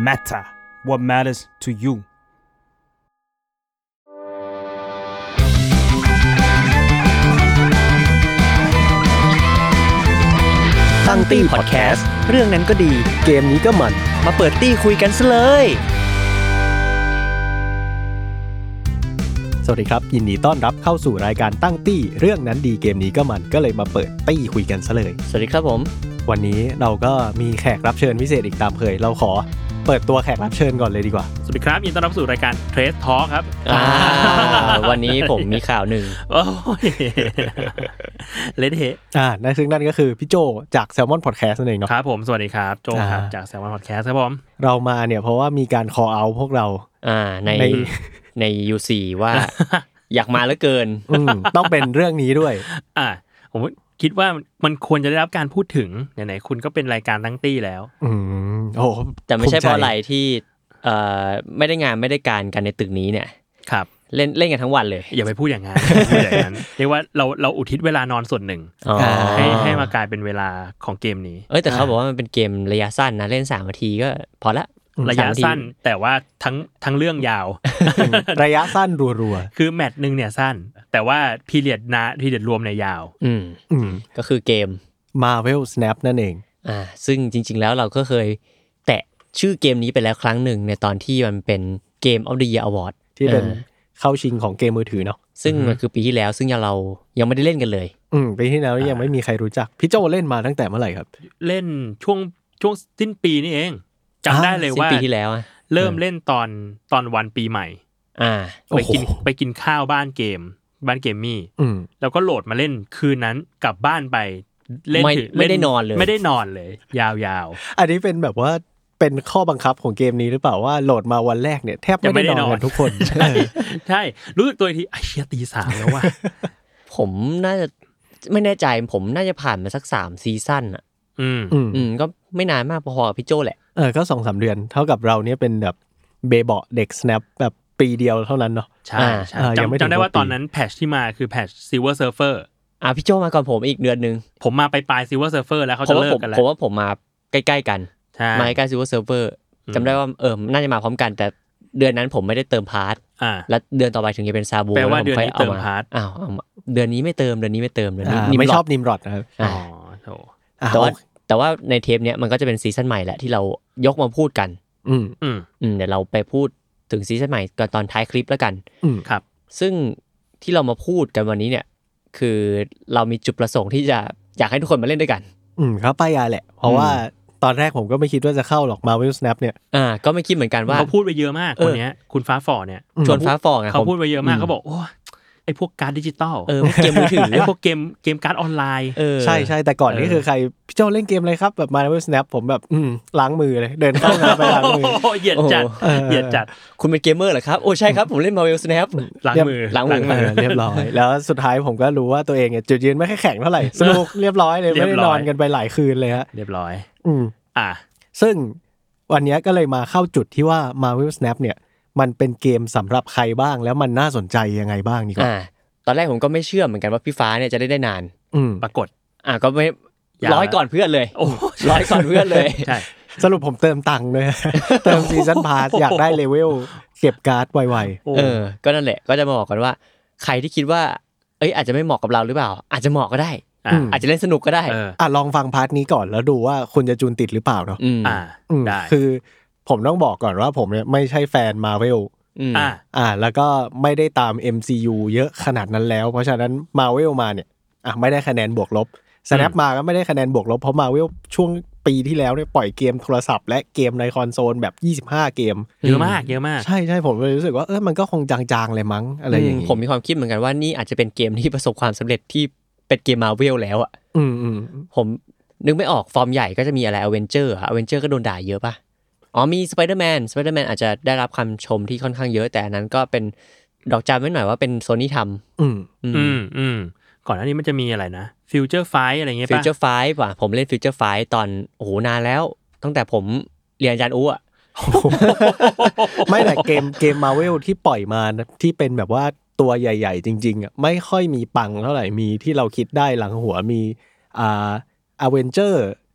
matter what matters to you ตั้งตี้พอดแคสต์เรื่องนั้นก็ดีเกมนี้ก็มันมาเปิดตี้คุยกันซะเลยสวัสดีครับยินดีต้อนรับเข้าสู่รายการตั้งตี้เรื่องนั้นดีเกมนี้ก็มันก็เลยมาเปิดตี้คุยกันซะเลยสวัสดีครับผมวันนี้เราก็มีแขกรับเชิญพิเศษอีกตามเคยเราขอเปิดตัวแขกรับเชิญก่อนเลยดีกว่าสวัสดีครับยินดีต้อนรับสู่รายการ Trace Talk ครับวันนี้ผมมีข่าวหนึ่งโอ้ยเละเทะนั่นก็คือพี่โจจาก Salmon Podcast นั่นเองเนาะครับผมสวัสดีครับโจครับจาก Salmon Podcast ครับผมเรามาเนี่ยเพราะว่ามีการ call out พวกเราใน UC ว่าอยากมาเหลือเกินต้องเป็นเรื่องนี้ด้วยผมคิดว่ามันควรจะได้รับการพูดถึงไหนๆคุณก็เป็นรายการตั้งตี้แล้วโอ้แต่ไม่ใช่เพราะอะไรที่ไม่ได้งานไม่ได้การกันในตึกนี้เนี่ยครับเล่นกันทั้งวันเลยอย่าไปพูดอย่างนั้นเรียกว่าเราอุทิศเวลานอนส่วนหนึ่งให้มากลายเป็นเวลาของเกมนี้แต่เขาบอกว่ามันเป็นเกมระยะสั้นนะเล่น3นาทีก็พอละระยะสั้นแต่ว่าทั้งเรื่องยาวระยะสั้นรัวๆคือแมตช์นึงเนี่ยสั้นแต่ว่าพีเรียดรวมในยาวก็คือเกม Marvel Snap นั่นเองซึ่งจริงๆแล้วเราก็เคยแตะชื่อเกมนี้ไปแล้วครั้งหนึ่งในตอนที่มันเป็น Game of the Year Award ที่เป็นเข้าชิงของเกมมือถือเนาะซึ่งมันคือปีที่แล้วซึ่งเรายังไม่ได้เล่นกันเลยปีที่แล้วยังไม่มีใครรู้จักพี่โจเล่นมาตั้งแต่เมื่อไหร่ครับเล่นช่วงสิ้นปีนี่เองจำได้เลยว่าปีที่แล้วเริ่มเล่นตอนวันปีใหม่ไปกินข้าวบ้านเกมมี่แล้วก็โหลดมาเล่นคืนนั้นกลับบ้านไปเล่นไม่ได้นอนเลยยาวๆอันนี้เป็นแบบว่าเป็นข้อบังคับของเกมนี้หรือเปล่าว่าโหลดมาวันแรกเนี่ยแทบไม่ได้นอนกันทุกคนใช่รู้สึกตัวทีไอ้เหี้ยตี 3แล้วว่ะผมน่าจะไม่แน่ใจผมน่าจะผ่านมาสัก3ซีซั่นอ่ะก็ไม่นานมากพอกับพี่โจแหละก็ 2-3 เดือนเท่ากับเราเนี่ยเป็นแบบเบเบาะเด็ก Snap แบบปีเดียวเท่านั้นเนาะใช่จำได้ว่าตอนนั้นแพทช์ที่มาคือแพทช์ Silver Surfer พี่โจมาก่อนผมอีกเดือนนึงผมมาปลาย Silver Surfer แล้วเขาจะเลิกกันแล้วผมว่าผมมาใกล้ๆกันมาใกล้ Silver Surfer จำได้ว่าน่าจะมาพร้อมกันแต่เดือนนั้นผมไม่ได้เติมพาร์ทแล้วเดือนต่อไปถึงจะเป็นซาบูแปลว่าเดือนนี้เติมพาร์ทเดือนนี้ไม่เติมเดือนนี้ไม่เติมไม่ชอบนิมรอดนะครับแต่ว่าในเทปเนี้ยมันก็จะเป็นซีซั่นใหม่แหละที่เรายกมาพูดกันเดี๋ยวเราไปพูดถึงซีซั่นใหม่กันตอนท้ายคลิปแล้วกันครับซึ่งที่เรามาพูดกันวันนี้เนี่ยคือเรามีจุดประสงค์ที่จะอยากให้ทุกคนมาเล่นด้วยกันครับป้ายยาแหละเพราะว่าตอนแรกผมก็ไม่คิดว่าจะเข้าหรอก Marvel Snap เนี่ยก็ไม่คิดเหมือนกันว่าเขาพูดไปเยอะมากคนนี้คุณฟ้าฝอเนี่ยชวนฟ้าฝอเขาพูดไปเยอะมากเขาบอกโอ้ไอ้พวกการ์ดดิจิตอลพวกเกมมือถือไอ้พวกเกมการ์ดออนไลน์ใช่ๆแต่ก่อนนี่คือใครพี่โจเล่นเกมอะไรครับแบบ Marvel Snap ผมแบบล้างมือเลยเดินเข้างานไปล้างมือเหยียดจัดคุณเป็นเกมเมอร์เหรอครับโอ้ใช่ครับผมเล่น Marvel Snap ล้างมือเรียบร้อยแล้วสุดท้ายผมก็รู้ว่าตัวเองเนี่ยจุดยืนไม่ค่อยแข็งเท่าไหร่สนุกเรียบร้อยเลยไม่ได้นอนกันไปหลายคืนเลยฮะเรียบร้อยซึ่งวันนี้ก็เลยมาเข้าจุดที่ว่า Marvel Snap เนี่ยมันเป็นเกมสำหรับใครบ้างแล้วมันน่าสนใจยังไงบ้างนี่ก่อนตอนแรกผมก็ไม่เชื่อเหมือนกันว่าพี่ฟ้าเนี่ยจะได้นานปรากฏก็ไม่100ก่อนเพื่อนเลย100ก่อนเพื่อนเลยใช่สรุปผมเติมตังค์ด้วยเติมซีซั่นพาสอยากได้เลเวลเก็บการ์ดไวๆก็นั่นแหละก็จะมาบอกกันว่าใครที่คิดว่าอาจจะไม่เหมาะกับเราหรือเปล่าอาจจะเหมาะก็ได้อาจจะเล่นสนุกก็ได้ลองฟังพาร์ทนี้ก่อนแล้วดูว่าคุณจะจูนติดหรือเปล่าเนาะได้คือผมต้องบอกก่อนว่าผมเนี่ยไม่ใช่แฟน Marvel แล้วก็ไม่ได้ตาม MCU เยอะขนาดนั้นแล้วเพราะฉะนั้น Marvel มาเนี่ยไม่ได้คะแนนบวกลบ Snap มาก็ไม่ได้คะแนนบวกลบเพราะ Marvel ช่วงปีที่แล้วเนี่ยปล่อยเกมโทรศัพท์และเกมในคอนโซลแบบ25เกมเยอะมากใช่ๆผมเลยรู้สึกว่ามันก็คงจางๆเลยมั้งอะไรอย่างงี้ผมมีความคิดเหมือนกันว่านี่อาจจะเป็นเกมที่ประสบความสำเร็จที่เป็นเกม Marvel แล้วอ่ะผมนึกไม่ออกฟอร์มใหญ่ก็จะมีอะไร Avenger ก็โดนด่าเยอะป่ะมี Spider-Man อาจจะได้รับคำชมที่ค่อนข้างเยอะแต่อันนั้นก็เป็นดอกจันไว้หน่อยว่าเป็น Sony ทำก่อนหน้านี้มันจะมีอะไรนะ Future Fight อะไรเงี้ยป่ะ Future Fight ป่ะผมเล่น Future Fight ตอนนานแล้วตั้งแต่ผมเรียนอาจารย์อู๋อ่ะไม่แต่เกม Marvel ที่ปล่อยมาที่เป็นแบบว่าตัวใหญ่ๆจริงๆอ่ะไม่ค่อยมีปังเท่าไหร่มีที่เราคิดได้หลังหัวมีAvenger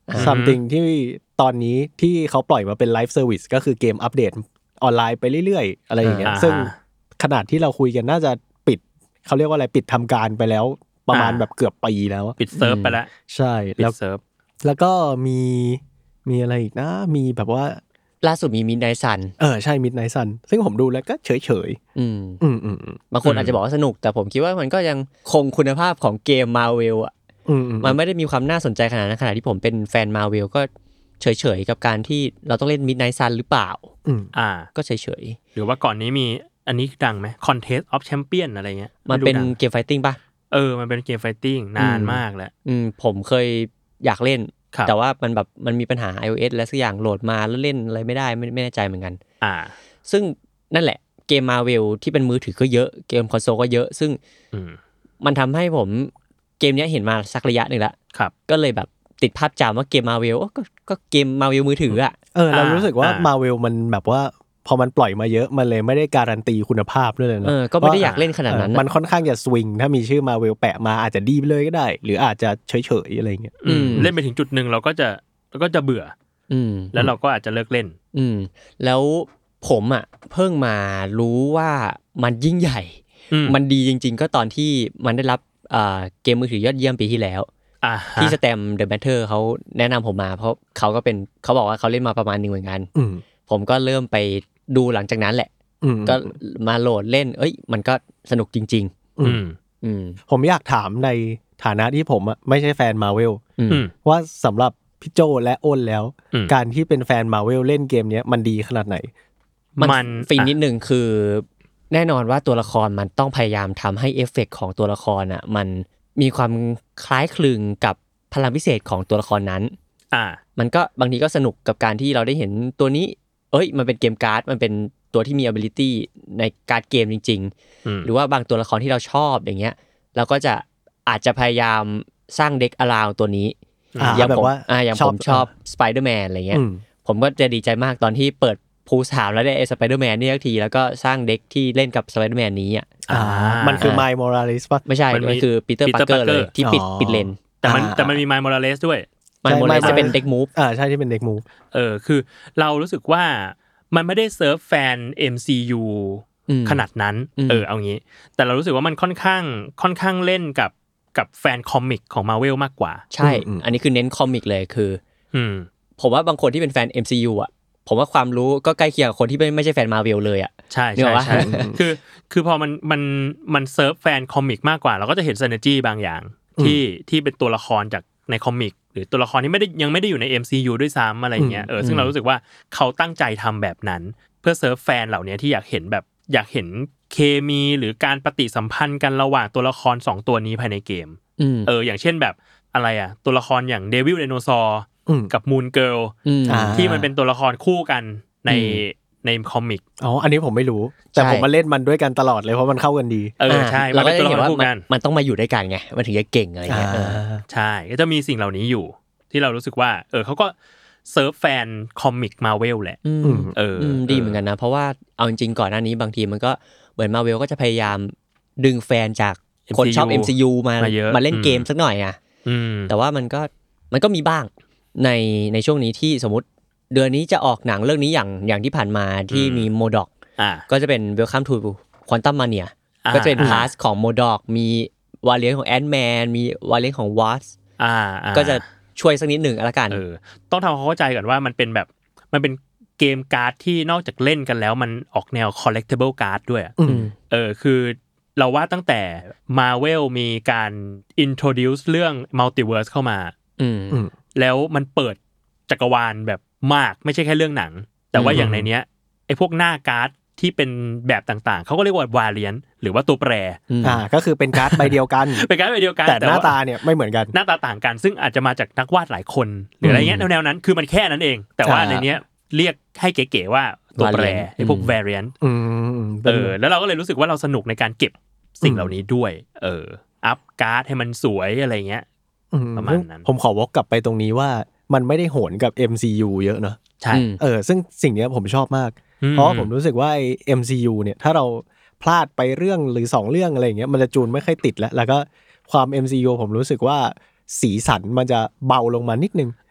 something ที่ตอนนี้ที่เขาปล่อยมาเป็นไลฟ์เซอร์วิสก็คือเกมอัปเดตออนไลน์ไปเรื่อยๆอะไรอย่างเงี้ยซึ่งขนาดที่เราคุยกันน่าจะปิดเขาเรียกว่าอะไรปิดทำการไปแล้วประมาณแบบเกือบปีแล้วปิดเซิร์ฟไปแล้วใช่แล้วก็มีอะไรอีกนะมีแบบว่าล่าสุดมี Midnight Sun ใช่ Midnight Sun ซึ่งผมดูแล้วก็เฉยบางคนอาจจะบอกว่าสนุกแต่ผมคิดว่ามันก็ยังคงคุณภาพของเกม Marvel อ่ะมันไม่ได้มีความน่าสนใจขนาดนั้นขณะที่ผมเป็นแฟน Marvel ก็เฉยๆกับการที่เราต้องเล่น Midnight Sun หรือเปล่าก็เฉยๆหรือว่าก่อนนี้มีอันนี้ดังไหม Contest of Champion อะไรเงี้ยมันเป็นเกมไฟติ้งป่ะมันเป็นเกมไฟติ้งนานมากแล้วผมเคยอยากเล่นแต่ว่ามันแบบมันมีปัญหา iOS และสักอย่างโหลดมาแล้วเล่นอะไรไม่ได้ไม่แน่ใจเหมือนกันซึ่งนั่นแหละเกม Marvel ที่เป็นมือถือก็เยอะเกมคอนโซลก็เยอะซึ่งมันทำให้ผมเกมนี้เห็นมาสักระยะนึงแล้วก็เลยแบบติดภาพจำว่าเกม Marvel ก็เกม Marvel มือถืออ่ะเรารู้สึกว่า Marvel มันแบบว่าพอมันปล่อยมาเยอะมันเลยไม่ได้การันตีคุณภาพด้วยเลยนะก็ไม่ได้อยากเล่นขนาดนั้นมันค่อนข้างจะสวิงถ้ามีชื่อ Marvel แปะมาอาจจะดีไปเลยก็ได้หรืออาจจะเฉยๆอะไรเงี้ยเล่นไปถึงจุดนึงเราก็จะเบื่อแล้วเราก็อาจจะเลิกเล่นแล้วผมอ่ะเพิ่งมารู้ว่ามันยิ่งใหญ่มันดีจริงๆก็ตอนที่มันได้รับเกมมือถือยอดเยี่ยมปีที่แล้วที่สแตมเดอะแมทเทอร์เขาแนะนำผมมาเพราะเขาบอกว่าเขาเล่นมาประมาณนึงเหมือนกันผมก็เริ่มไปดูหลังจากนั้นแหละก็มาโหลดเล่นมันก็สนุกจริงๆผมอยากถามในฐานะที่ผมอ่ะไม่ใช่แฟน Marvel ว่าสำหรับพี่โจและอ้นแล้วการที่เป็นแฟน Marvel เล่นเกมนี้มันดีขนาดไหนมันฟินนิดนึงคือแน่นอนว่าตัวละครมันต้องพยายามทำให้เอฟเฟกต์ของตัวละครอ่ะมันมีความคล้ายคลึงกับพลังพิเศษของตัวละครนั้นมันก็บางทีก็สนุกกับการที่เราได้เห็นตัวนี้มันเป็นเกมการ์ดมันเป็นตัวที่มี ability ในการ์ดเกมจริงๆหรือว่าบางตัวละครที่เราชอบอย่างเงี้ยเราก็จะอาจจะพยายามสร้างเด็ก around ตัวนี้อย่างผมชอบ Spider-Man อะไรเงี้ยผมก็จะดีใจมากตอนที่เปิดพูสถามแล้วได้ Spider-Man นี่ทักทีแล้วก็สร้างเด็กที่เล่นกับ Spider-Man นี้มันคือ Miles Morales ป่ะไม่ใช่มันคือ Peter Parker เลยที่ปิดเลนแต่มันมี Miles Morales ด้วย Miles Morales จะเป็น Deck Move ใช่ที่เป็น Deck Move คือเรารู้สึกว่ามันไม่ได้เซิร์ฟแฟน MCU ขนาดนั้นเอางี้แต่เรารู้สึกว่ามันค่อนข้างเล่นกับแฟนคอมิกของ Marvel มากกว่าใช่อันนี้คือเน้นคอมิกเลยคือผมว่าบางคนที่เป็นแฟน MCU อ่ะผมว่าความรู้ก็ใกล้เคียงกับคนที่ไม่ใช่แฟน Marvel เลยอ่ะใช่ๆคือพอมันเซิร์ฟแฟนคอมิกมากกว่าเราก็จะเห็น synergy บางอย่างที่เป็นตัวละครจากในคอมิกหรือตัวละครที่ยังไม่ได้อยู่ใน MCU ด้วยซ้ำอะไรเงี้ยซึ่งเรารู้สึกว่าเขาตั้งใจทำแบบนั้นเพื่อเซิร์ฟแฟนเหล่านี้ที่อยากเห็นเคมีหรือการปฏิสัมพันธ์กันระหว่างตัวละคร2ตัวนี้ภายในเกมอย่างเช่นแบบอะไรอ่ะตัวละครอย่าง Devil Dinosaur กับ Moon Girl ที่มันเป็นตัวละครคู่กันในคอมิกอันนี้ผมไม่รู้แต่ผมมาเล่นมันด้วยกันตลอดเลยเพราะมันเข้ากันดีใช่เราก็จะเห็นว่ามันต้องมาอยู่ด้วยกันไงมันถึงจะเก่งอะไรเงี้ยใช่ก็จะมีสิ่งเหล่านี้อยู่ที่เรารู้สึกว่าเขาก็เซิร์ฟแฟนคอมิก Marvel แหละดีเหมือนกันนะเพราะว่าเอาจริงๆก่อนหน้านี้บางทีมันก็เหมือน Marvel ก็จะพยายามดึงแฟนจากคนชอบ MCU มาเล่นเกมสักหน่อยอ่ะแต่ว่ามันก็มีบ้างในช่วงนี้ที่สมมติเดือนนี้จะออกหนังเรื่องนี้อย่างที่ผ่านมาที่มีโมด็อกก็จะเป็น Welcome to Quantum Mania ก็จะเป็นพาสของโมด็อกมีวาเรียนของแอนท์แมนมีวาเรียนของวอสก็จะช่วยสักนิดหนึ่งละกันต้องทำความเข้าใจก่อนว่ามันเป็นเกมการ์ดที่นอกจากเล่นกันแล้วมันออกแนว collectible card ด้วยคือเราว่าตั้งแต่ Marvel มีการ introduce เรื่อง multiverse เข้ามาแล้วมันเปิดจักรวาลแบบมากไม่ใช่แค่เรื่องหนังแต่ว่าอย่างในเนี้ยไอ้พวกหน้าการ์ดที่เป็นแบบต่างๆเขาก็เรียกว่าวาเรียนหรือว่าตัวแปรก็คือเป็นการ์ดใบเดียวกันเป็นการ์ดใบเดียวกันแต่หน้าตาเนี่ยไม่เหมือนกันหน้าตาต่างกันซึ่งอาจจะมาจากนักวาดหลายคนหรืออะไรเงี้ยแนวๆนั้นคือมันแค่นั้นเองแต่ว่าในเนี้ยเรียกให้เก๋ๆว่าตัวแปรไอ้พวก variant แล้วเราก็เลยรู้สึกว่าเราสนุกในการเก็บสิ่งเหล่านี้ด้วยอัพการ์ดให้มันสวยอะไรเงี้ยประมาณนั้นผมขอวกกลับไปตรงนี้ว่ามันไม่ได้โหนกับ MCU เยอะเนอะใช่ซึ่งสิ่งนี้ผมชอบมากเพราะผมรู้สึกว่าไอ้ MCU เนี่ยถ้าเราพลาดไปเรื่องหรือ2เรื่องอะไรอย่างเงี้ยมันจะจูนไม่ค่อยติดแล้วก็ความ MCU ผมรู้สึกว่าสีสันมันจะเบาลงมานิดนึง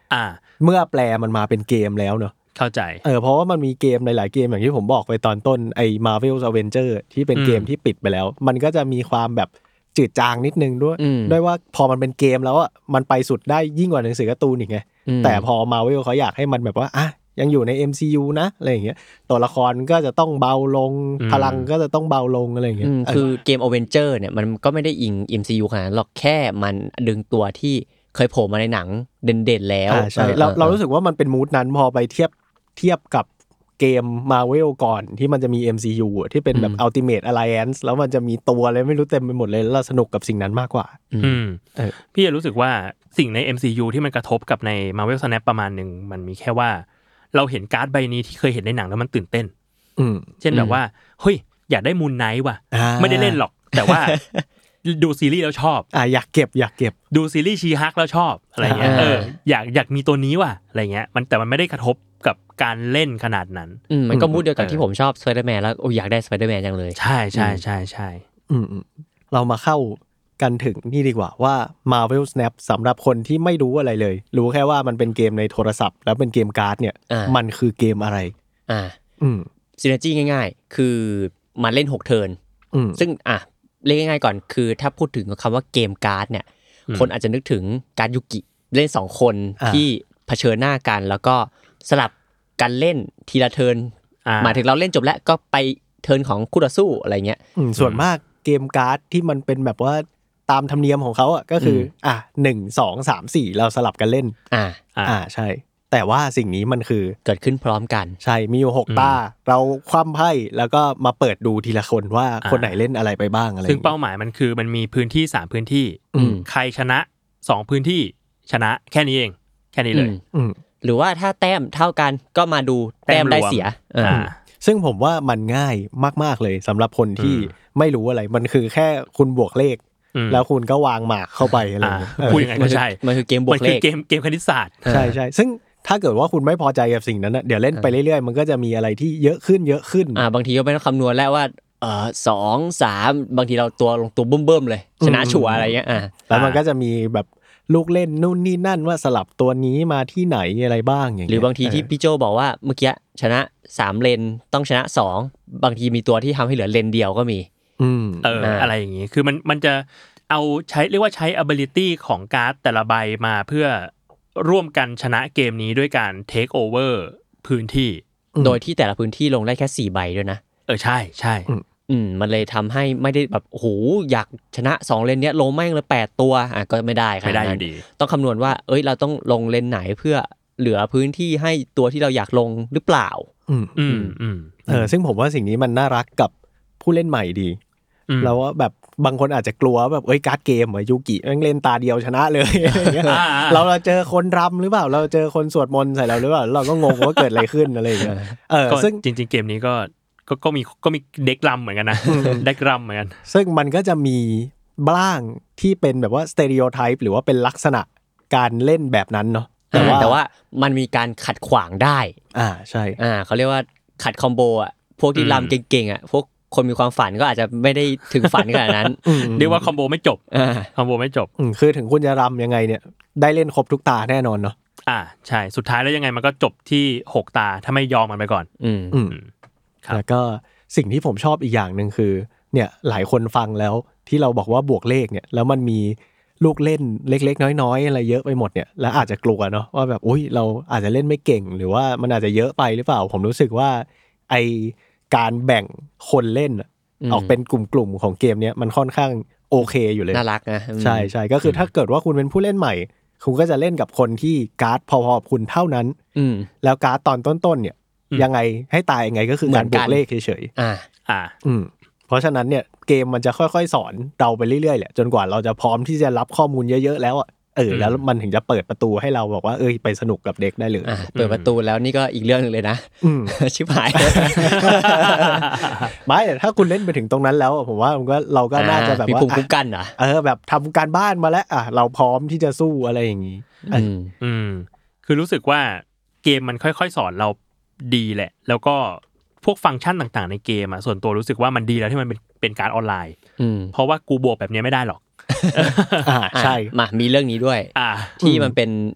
เมื่อแปลมันมาเป็นเกมแล้วเนอะเข้าใจเพราะว่ามันมีเกมหลายๆเกมอย่างที่ผมบอกไปตอนต้นไอ้ Marvel's Avengers ที่เป็นเกมที่ปิดไปแล้วมันก็จะมีความแบบจืดจางนิดนึงด้วยว่าพอมันเป็นเกมแล้วอ่ะมันไปสุดได้ยิ่งกว่าหนังสือการ์ตูนอีกไงแต่พอ Marvel เขาอยากให้มันแบบว่ายังอยู่ใน MCU นะอะไรอย่างเงี้ยตัวละครก็จะต้องเบาลงพลังก็จะต้องเบาลงอะไรอย่างเงี้ยคือเกม Avenger เนี่ยมันก็ไม่ได้อิง MCU ขนาดนั้นหรอกแค่มันดึงตัวที่เคยโผล่มาในหนังเด่นๆแล้วใช่เรารู้สึกว่ามันเป็นมูดนั้นพอไปเทียบกับเกม Marvel ก่อนที่มันจะมี MCU ที่เป็นแบบ Ultimate Alliance แล้วมันจะมีตัวอะไรไม่รู้เต็มไปหมดเลยแล้วเราสนุกกับสิ่งนั้นมากกว่าพี่รู้สึกว่าสิ่งใน MCU ที่มันกระทบกับใน Marvel Snap ประมาณนึงมันมีแค่ว่าเราเห็นการ์ดใบนี้ที่เคยเห็นในหนังแล้วมันตื่นเต้นเช่นแบบว่าเฮ้ยอยากได้มูนไนท์ว่ะไม่ได้เล่นหรอกแต่ว่าดูซีรีส์แล้วชอบอยากเก็บดูซีรีส์ชีฮักแล้วชอบอะไรเงี้ยอยากมีตัวนี้ว่ะอะไรเงี้ยแต่มันไม่ได้กระทบกับการเล่นขนาดนั้นมันก็มูดเดียวกับที่ผมชอบ Spider-Man แล้วอยากได้ Spider-Man จังเลยใช่เรามาเข้ากันถึงนี่ดีกว่าว่า Marvel Snap สำหรับคนที่ไม่รู้อะไรเลยรู้แค่ว่ามันเป็นเกมในโทรศัพท์แล้วเป็นเกมการ์ดเนี่ยมันคือเกมอะไรซินเนอร์จี้ง่ายๆคือมาเล่น6เทิร์นซึ่งเรียกง่ายๆก่อนคือถ้าพูดถึงคำว่าเกมการ์ดเนี่ยคนอาจจะนึกถึงการ์ดยูกิเล่น2คนที่เผชิญหน้ากันแล้วก็สลับกันเล่นทีละเทิร์นหมายถึงเราเล่นจบแล้วก็ไปเทิร์นของคู่ต่อสู้อะไรเงี้ยส่วนมากเกมการ์ดที่มันเป็นแบบว่าตามธรรมเนียมของเขาอ่ะก็คือ1 2 3 4เราสลับกันเล่นใช่แต่ว่าสิ่งนี้มันคือเกิดขึ้นพร้อมกันใช่มีอยู่6ตาเราคว่ำไพ่แล้วก็มาเปิดดูทีละคนว่าคนไหนเล่นอะไรไปบ้างอะไรซึ่งเป้าหมายมันคือมันมีพื้นที่3พื้นที่ใครชนะ2พื้นที่ชนะแค่นี้เองแค่นี้เลยหรือว่าถ้าแต้มเท่ากันก็มาดูแต้มได้เสียซึ่งผมว่ามันง่ายมากๆเลยสำหรับคนที่ไม่รู้อะไรมันคือแค่คุณบวกเลขแล้วคุณก็วางหมากเข้าไปอะไรพูดยังไงก็ใช่มันคือเกมบวกเลขเกมคณิตศาสตร์ใช่ซึ่งถ้าเกิดว่าคุณไม่พอใจกับสิ่งนั้นนะเดี๋ยวเล่นไปเรื่อยๆมันก็จะมีอะไรที่เยอะขึ้นบางทีก็ไม่ต้องคำนวณแล้วว่า2 3บางทีเราตัวลงตัวเบิ่มๆเลยชนะชัวร์อะไรเงี้ยแล้วมันก็จะมีแบบลูกเล่นนู่นนี่นั่นว่าสลับตัวนี้มาที่ไหนอะไรบ้างอย่างเงี้ยหรือบางทีที่พี่โจบอกว่าเมื่อกี้ชนะ3เลนต้องชนะ2บางทีมีตัวที่ทำให้เหลือเลนเดียวก็มีอะไรอย่างงี้คือมันจะเอาใช้เรียกว่าใช้ ability ของการ์ดแต่ละใบมาเพื่อร่วมกันชนะเกมนี้ด้วยการ take over พื้นที่โดยที่แต่ละพื้นที่ลงได้แค่4ใบด้วยนะใช่มันเลยทำให้ไม่ได้แบบโอ้โหอยากชนะ2เลนเนี้ยลงแม่งเลย8ตัวก็ไม่ได้ครับไม่ได้อยู่ดีต้องคำนวณว่าเราต้องลงเลนไหนเพื่อเหลือพื้นที่ให้ตัวที่เราอยากลงหรือเปล่าซึ่งผมว่าสิ่งนี้มันน่ารักกับผู้เล่นใหม่ดีแล้วว่าแบบบางคนอาจจะกลัวแบบการ์ดเกมยูกิแม่งเล่นตาเดียวชนะเลยอย่างเงี้ยเราเจอคนรำหรือเปล่าเราเจอคนสวดมนต์ใส่เราหรือเปล่าเราก็งงว่าเกิดอะไรขึ้นอะไรอย่างเงี้ยซึ่งจริงๆเกมนี้ก็มีเด็กรำเหมือนกันนะเด็กรำเหมือนกันซึ่งมันก็จะมีบ้างที่เป็นแบบว่าสเตอริโอไทป์หรือว่าเป็นลักษณะการเล่นแบบนั้นเนาะแต่ว่ามันมีการขัดขวางได้ใช่เขาเรียกว่าขัดคอมโบพวกที่รำเก่งๆพวกคนมีความฝันก็อาจจะไม่ได้ถึงฝันขนาดนั้นเรียกว่าคอมโบไม่จบคอมโบไม่จบคือถึงคุณจะรำยังไงเนี่ยได้เล่นครบทุกตาแน่นอนเนาะใช่สุดท้ายแล้วยังไงมันก็จบที่6ตาถ้าไม่ยอมมันไปก่อนแล้วก็สิ่งที่ผมชอบอีกอย่างนึงคือเนี่ยหลายคนฟังแล้วที่เราบอกว่าบวกเลขเนี่ยแล้วมันมีลูกเล่นเล็กๆน้อยๆอะไรเยอะไปหมดเนี่ยแล้วอาจจะกลัวเนาะว่าแบบอุ๊ยเราอาจจะเล่นไม่เก่งหรือว่ามันอาจจะเยอะไปหรือเปล่าผมรู้สึกว่าไอการแบ่งคนเล่นออกเป็นกลุ่มๆของเกมเนี้ยมันค่อนข้างโอเคอยู่เลยน่ารักนะใช่ๆก็คือถ้าเกิดว่าคุณเป็นผู้เล่นใหม่คุณก็จะเล่นกับคนที่การ์ดพอๆคุณเท่านั้นแล้วการ์ดตอนต้นๆเนี่ยยังไงให้ตายยังไงก็คือการบวกเลขเฉยๆเพราะฉะนั้นเนี่ยเกมมันจะค่อยๆสอนเราไปเรื่อยๆแหละจนกว่าเราจะพร้อมที่จะรับข้อมูลเยอะๆแล้วแล้วมันถึงจะเปิดประตูให้เราบอกว่าไปสนุกกับเด็กได้เลยเปิดประตูแล้วนี่ก็อีกเรื่องนึงเลยนะชิบหายไม่แต่ถ้าคุณเล่นไปถึงตรงนั้นแล้วผมว่าเราก็น่าจะแบบว่ามีภูมิคุ้มกันเหรอแบบทำการบ้านมาแล้วเราพร้อมที่จะสู้อะไรอย่างนี้คือรู้สึกว่าเกมมันค่อยๆสอนเราดีแหละแล้วก็พวกฟังก์ชันต่างๆในเกมส่วนตัวรู้สึกว่ามันดีแล้วที่มันเป็นการออนไลน์เพราะว่ากูบวกแบบนี้ไม่ได้หรอกใช่มีเรื่องนี้ด้วยที่มันเป็น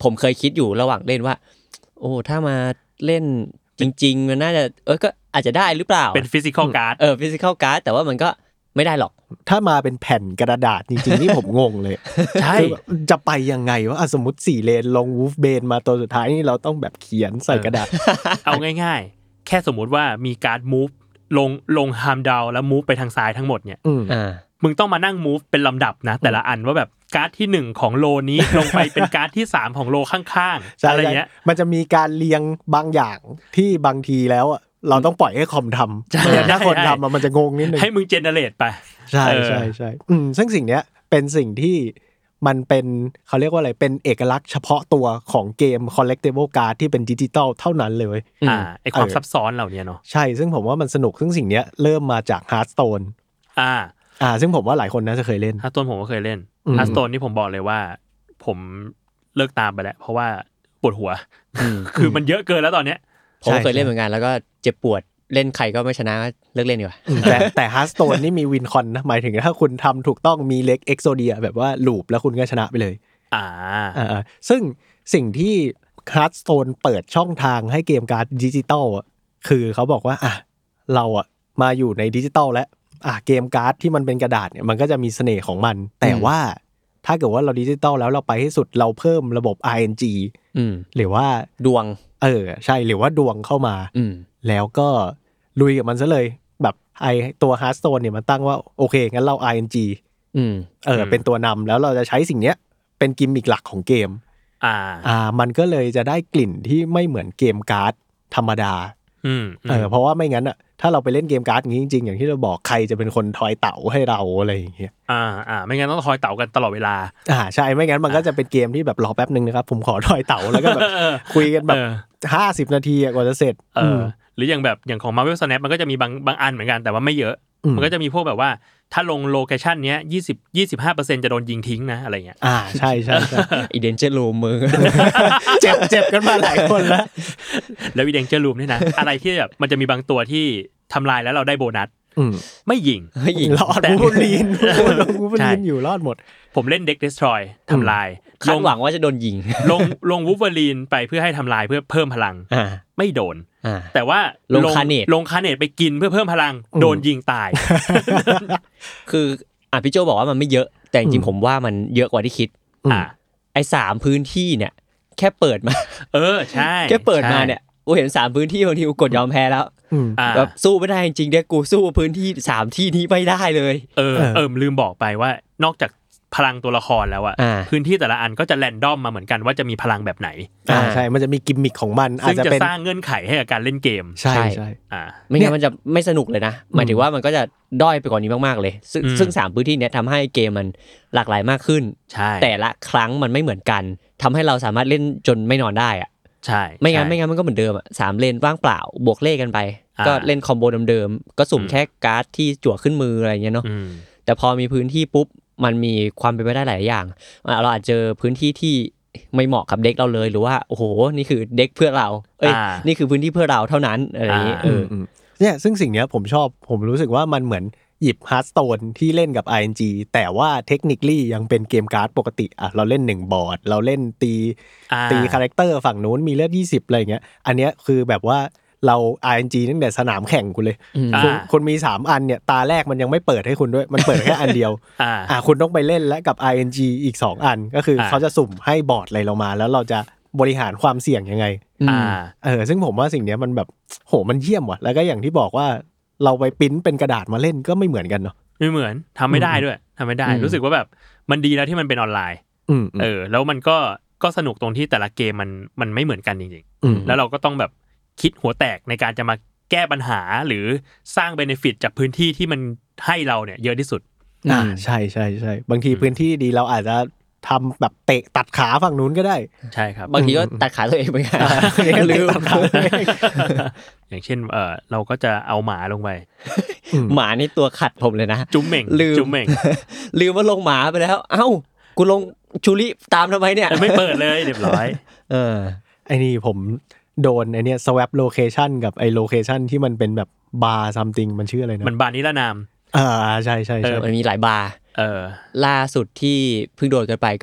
ผมเคยคิดอยู่ระหว่างเล่นว่าโอ้ถ้ามาเล่นจริงๆมันน่าจะก็อาจจะได้หรือเปล่าเป็นฟิสิคอลการ์ดฟิสิคอลการ์ดแต่ว่ามันก็ไม่ได้หรอกถ้ามาเป็นแผ่นกระดาษจริงๆนี่ผมงงเลยใช่จะไปยังไงว่าสมมุติ4เลนลงวูฟเบนมาตัวสุดท้ายนี่เราต้องแบบเขียนใส่กระดาษเอาง่ายๆแค่สมมุติว่ามีการ์ดมูฟลงฮามดาวแล้วมูฟไปทางซ้ายทั้งหมดเนี่ยมึงต้องมานั่งมูฟเป็นลำดับนะแต่ละอันว่าแบบการ์ดที่1ของโลนี้ลงไปเป็นการ์ดที่3ของโลข้างๆอะไรเงี้ยมันจะมีการเรียงบางอย่างที่บางทีแล้วเราต้องปล่อยให้คอมทำถ้าคนทำมันจะงงนิดนึงให้มึงเจเนเรตไปใช่ซึ่งสิ่งเนี้ยเป็นสิ่งที่มันเป็นเขาเรียกว่าอะไรเป็นเอกลักษณ์เฉพาะตัวของเกม collectible card ที่เป็นดิจิตอลเท่านั้นเลยไอความซับซ้อนเหล่านี้เนาะใช่ซึ่งผมว่ามันสนุกซึ่งสิ่งเนี้ยเริ่มมาจาก Hearthstone ซึ่งผมว่าหลายคนน่าจะเคยเล่น Hearthstone ผมก็เคยเล่น Hearthstone นี่ผมบอกเลยว่าผมเลิกตามไปแล้วเพราะว่าปวดหัวคือมันเยอะเกินแล้วตอนเนี้ยผมเคยเล่นเหมือนกันแล้วก็เจ็บปวดเล่นใครก็ไม่ชนะเลิกเล่นดีกว่าแต่ Hearthstone นี่มีวินคอนนะหมายถึงถ้าคุณทำถูกต้องมีเล็ก Exodia แบบว่าลูปแล้วคุณก็ชนะไปเลยซึ่งสิ่งที่ Hearthstone เปิดช่องทางให้เกมการ์ดดิจิตอลคือเขาบอกว่าเรามาอยู่ในดิจิตอลแล้วเกมการ์ดที่มันเป็นกระดาษเนี่ยมันก็จะมีเสน่ห์ของมันแต่ว่าถ้าเกิดว่าเราดิจิตอลแล้วเราไปให้สุดเราเพิ่มระบบ RNG หรือว่าดวงใช่หรือว่าดวงเข้ามาแล้วก็ลุยกับมันซะเลยแบบตัว Hearthstone เนี่ยมันตั้งว่าโอเคงั้นเรา RNG เป็นตัวนำแล้วเราจะใช้สิ่งเนี้ยเป็นกิมมิคหลักของเกมมันก็เลยจะได้กลิ่นที่ไม่เหมือนเกมการ์ดธรรมดาเพราะว่าไม่งั้นถ้าเราไปเล่นเกมการ์ดอย่างนี้จริงๆอย่างที่เราบอกใครจะเป็นคนทอยเต๋าให้เราอะไรอย่างเงี้ยไม่งั้นต้องทอยเต๋ากันตลอดเวลาใช่ไม่งั้นมันก็จะเป็นเกมที่แบบรอแป๊บนึงนะครับผมขอทอยเต๋าแล้วก็แบบคุยกันแบบ50นาทีกว่าจะเสร็จหรืออย่างของ Marvel Snap มันก็จะมีบางอันเหมือนกันแต่ว่าไม่เยอะมันก็จะมีพวกแบบว่าถ้าลงโลเคชั่นเนี้ย25%จะโดนยิงทิ้งนะอะไรเงี้ยใช่ๆอีเดนเจอร์รูมมือเจ็บกันมาหลายคนแล้วอีเดนเจอร์รูมนี่นะอะไรที่แบบมันจะมีบางตัวที่ทำลายแล้วเราได้โบนัสไม่ยิงรอดวูฟลีนอยู่รอดหมดผมเล่นเด็ก Destroy ทำลายคาดหวังว่าจะโดนยิงลงวูฟลีนไปเพื่อให้ทำลายเพื่อเพิ่มพลังไม่โดนแต่ว่าลงคาเนตไปกินเพื่อเพิ่มพลังโดนยิงตายคือพี่โจบอกว่ามันไม่เยอะแต่จริงๆผมว่ามันเยอะกว่าที่คิดไอ้3พื้นที่เนี่ยแค่เปิดมาใช่แค่เปิดมาเนี่ยกูเห็น3พื้นที่บางทีกูกดยอมแพ้แล้วแบบสู้ไม่ได้จริงๆเนี่ยกูสู้พื้นที่3ที่นี้ไม่ได้เลยลืมบอกไปว่านอกจากพลังตัวละครแล้วพื้นที่แต่ละอันก็จะแรนดอมมาเหมือนกันว่าจะมีพลังแบบไหนใช่มันจะมีกิมมิคของมันอาจจะสร้างเงื่อนไขให้กับการเล่นเกมใช่ไม่งั้นมันจะไม่สนุกเลยนะหมายถึงว่ามันก็จะด้อยไปกว่านี้มากๆเลยซึ่ง3พื้นที่นี้ทำให้เกมมันหลากหลายมากขึ้นแต่ละครั้งมันไม่เหมือนกันทำให้เราสามารถเล่นจนไม่นอนได้ใช่ไม่งั้นมันก็เหมือนเดิม3เลนว่างเปล่าบวกเลขกันไปก็เล่นคอมโบเดิมๆก็สุ่มแค่การ์ดที่จั่วขึ้นมืออะไรเงี้ยเนาะแต่พอมีพื้นที่ปุ๊บมันมีความเป็นไปได้หลายอย่างเราอาจเจอพื้นที่ที่ไม่เหมาะกับเด็กเราเลยหรือว่าโอ้โหนี่คือเด็กเพื่อเรานี่คือพื้นที่เพื่อเราเท่านั้นอะไรอย่างนี้เนี่ยซึ่งสิ่งเนี้ยผมชอบผมรู้สึกว่ามันเหมือนหยิบ Hearthstone ที่เล่นกับ RNG แต่ว่าเทคนิคลี่ยังเป็นเกมการ์ดปกติเราเล่น1บอร์ดเราเล่นตีคาแรคเตอร์ฝั่งนู้นมีเลือด20อะไรอย่างเงี้ยอันเนี้ยคือแบบว่าเรา RNG ตั้งแต่สนามแข่งคุณเลยคุณมี3อันเนี่ยตาแรกมันยังไม่เปิดให้คุณด้วยมันเปิดแค่อันเดียวคุณต้องไปเล่นและกับ RNG อีก2อันก็คือเขาจะสุ่มให้บอร์ดอะไรเรามาแล้วเราจะบริหารความเสี่ยงยังไงซึ่งผมว่าสิ่งนี้มันแบบโหมันเยี่ยมว่ะแล้วก็อย่างที่บอกว่าเราไปปริ้นเป็นกระดาษมาเล่นก็ไม่เหมือนกันเนาะไม่เหมือนทำไม่ได้ด้วยทำไม่ได้รู้สึกว่าแบบมันดีแล้วที่มันเป็นออนไลน์แล้วมันก็สนุกตรงที่แต่ละเกมมันไม่เหมือนกันจริงๆแล้วเราก็ต้องแบบคิดหัวแตกในการจะมาแก้ปัญหาหรือสร้างเบเนฟิตจากพื้นที่ที่มันให้เราเนี่ยเยอะที่สุดใช่ใช่ใช่บางทีพื้นที่ดีเราอาจจะทำแบบเตะตัดขาฝั่งนู้นก็ได้ใช่ครับบางทีก็ตัดขาตัวเองไปลืมอย่างเช่นเราก็จะเอาหมาลงไปหมานี่ตัวขัดผมเลยนะจุ๊มเหม่งลืมว่าลงหมาไปแล้วเอ้ากูลงชูริตามทำไมเนี่ยไม่เปิดเลยเรียบร้อยไอ้นี่ผมโดนไอเนี้ย swap location กับไอ location ที่มันเป็นแบบบาร์ something มันชื่ออะไรนะมันบาร์นิรนามใช่ๆๆมันมีหลายบาร์ล่าสุดที่เพิ่งโดนกันไปก็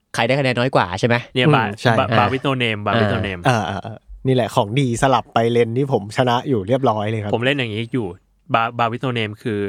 ใครได้คะแนนน้อยกว่าใช่ไหมเนี่ยบาวิโนเนมนี่แหละของดีสลับไปเลนที่ผมชนะอยู่เรียบร้อยเลยครับผมเล่นอย่างนี้อยู่บาวิโนเนมคือ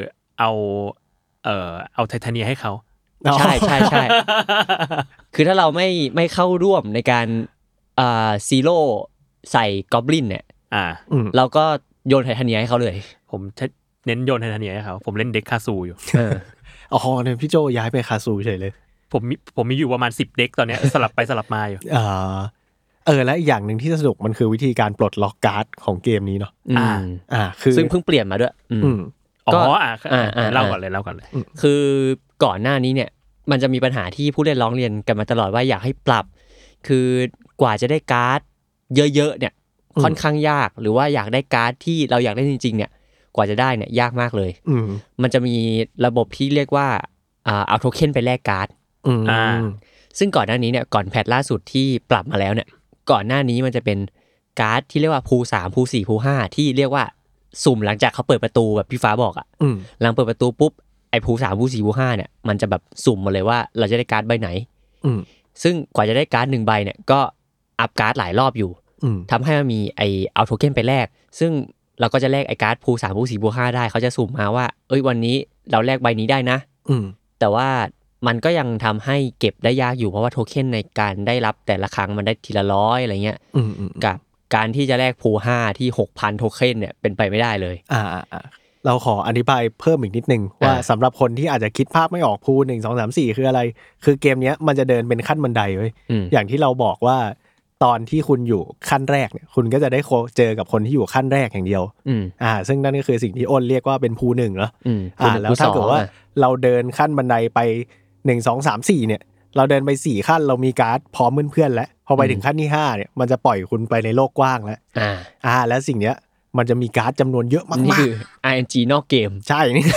เอาไทเทเนียให้เขาใช่ใช่ใช่คือถ้าเราไม่เข้าร่วมในการซีโร่ใส่กอบลินเนี่ยเราก็โยนไทเทเนียให้เขาเลยผมเน้นโยนไทเทเนียให้เขาผมเล่นเด็กคาซูอยู่อ๋อเนี่ยพี่โจย้ายไปคาซูเฉยเลยผมมีอยู่ประมาณ10เด็กตอนนี้สลับไปสลับมาอยู่และอีกอย่างนึงที่สนุกมันคือวิธีการปลดล็อกการ์ดของเกมนี้เนาะคือซึ่งเพิ่งเปลี่ยนมาด้วยเล่าก่อนเลยคือก่อนหน้านี้เนี่ยมันจะมีปัญหาที่ผู้เล่นร้องเรียนกันมาตลอดว่าอยากให้ปรับคือกว่าจะได้การ์ดเยอะๆเนี่ยค่อนข้างยากหรือว่าอยากได้การ์ดที่เราอยากได้จริงๆเนี่ยกว่าจะได้เนี่ยยากมากเลยมันจะมีระบบที่เรียกว่าเอาโทเค็นไปแลกการ์ดซึ่งก่อนหน้านี้เนี่ยก่อนแพทล่าสุดที่ปรับมาแล้วเนี่ยก่อนหน้านี้มันจะเป็นการ์ดที่เรียกว่าพู3พู4พู5ที่เรียกว่าสุ่มหลังจากเขาเปิดประตูแบบพี่ฟ้าบอกอ่ะหลังเปิดประตูปุ๊บไอ้พู3พู4พู5เนี่ยมันจะแบบสุ่มมาเลยว่าเราจะได้การ์ดใบไหนซึ่งกว่าจะได้การ์ด1ใบเนี่ยก็อัพการ์ดหลายรอบอยู่ทำให้มันมีไอ้เอาโทเค็นไปแลกซึ่งเราก็จะแลกไอ้การ์ดพู3พู4พู5ได้เขาจะสุ่มมาว่าวันนี้เราแลกใบนี้ได้นะแต่ว่ามันก็ยังทำให้เก็บได้ยากอยู่เพราะว่าโทเค็นในการได้รับแต่ละครั้งมันได้ทีละ100อะไรเงี้ยกับการที่จะแลกพู5ที่ 6,000 โทเค็นเนี่ยเป็นไปไม่ได้เลยเราขออธิบายเพิ่มอีกนิดนึงว่าสำหรับคนที่อาจจะคิดภาพไม่ออกพู1 2 3 4คืออะไรคือเกมเนี้ยมันจะเดินเป็นขั้นบันไดเว้ยอย่างที่เราบอกว่าตอนที่คุณอยู่ขั้นแรกเนี่ยคุณก็จะได้เจอกับคนที่อยู่ขั้นแรกอย่างเดียวซึ่งนั่นก็คือสิ่งที่อ้นเรียกว่าเป็นพู1เนาะแล้วถ้าเกิดว่าเราเดินขั้นบันไดไป1 2 3 4เนี่ยเราเดินไป4ขั้นเรามีการ์ดพร้อมเพื่อนๆแล้วพอไปถึงขั้นที่5เนี่ยมันจะปล่อยคุณไปในโลกกว้างแล้วแล้วสิ่งเนี้ยมันจะมีการ์ดจำนวนเยอะมากๆนี่คือ RNG นอกเกมใช่นี่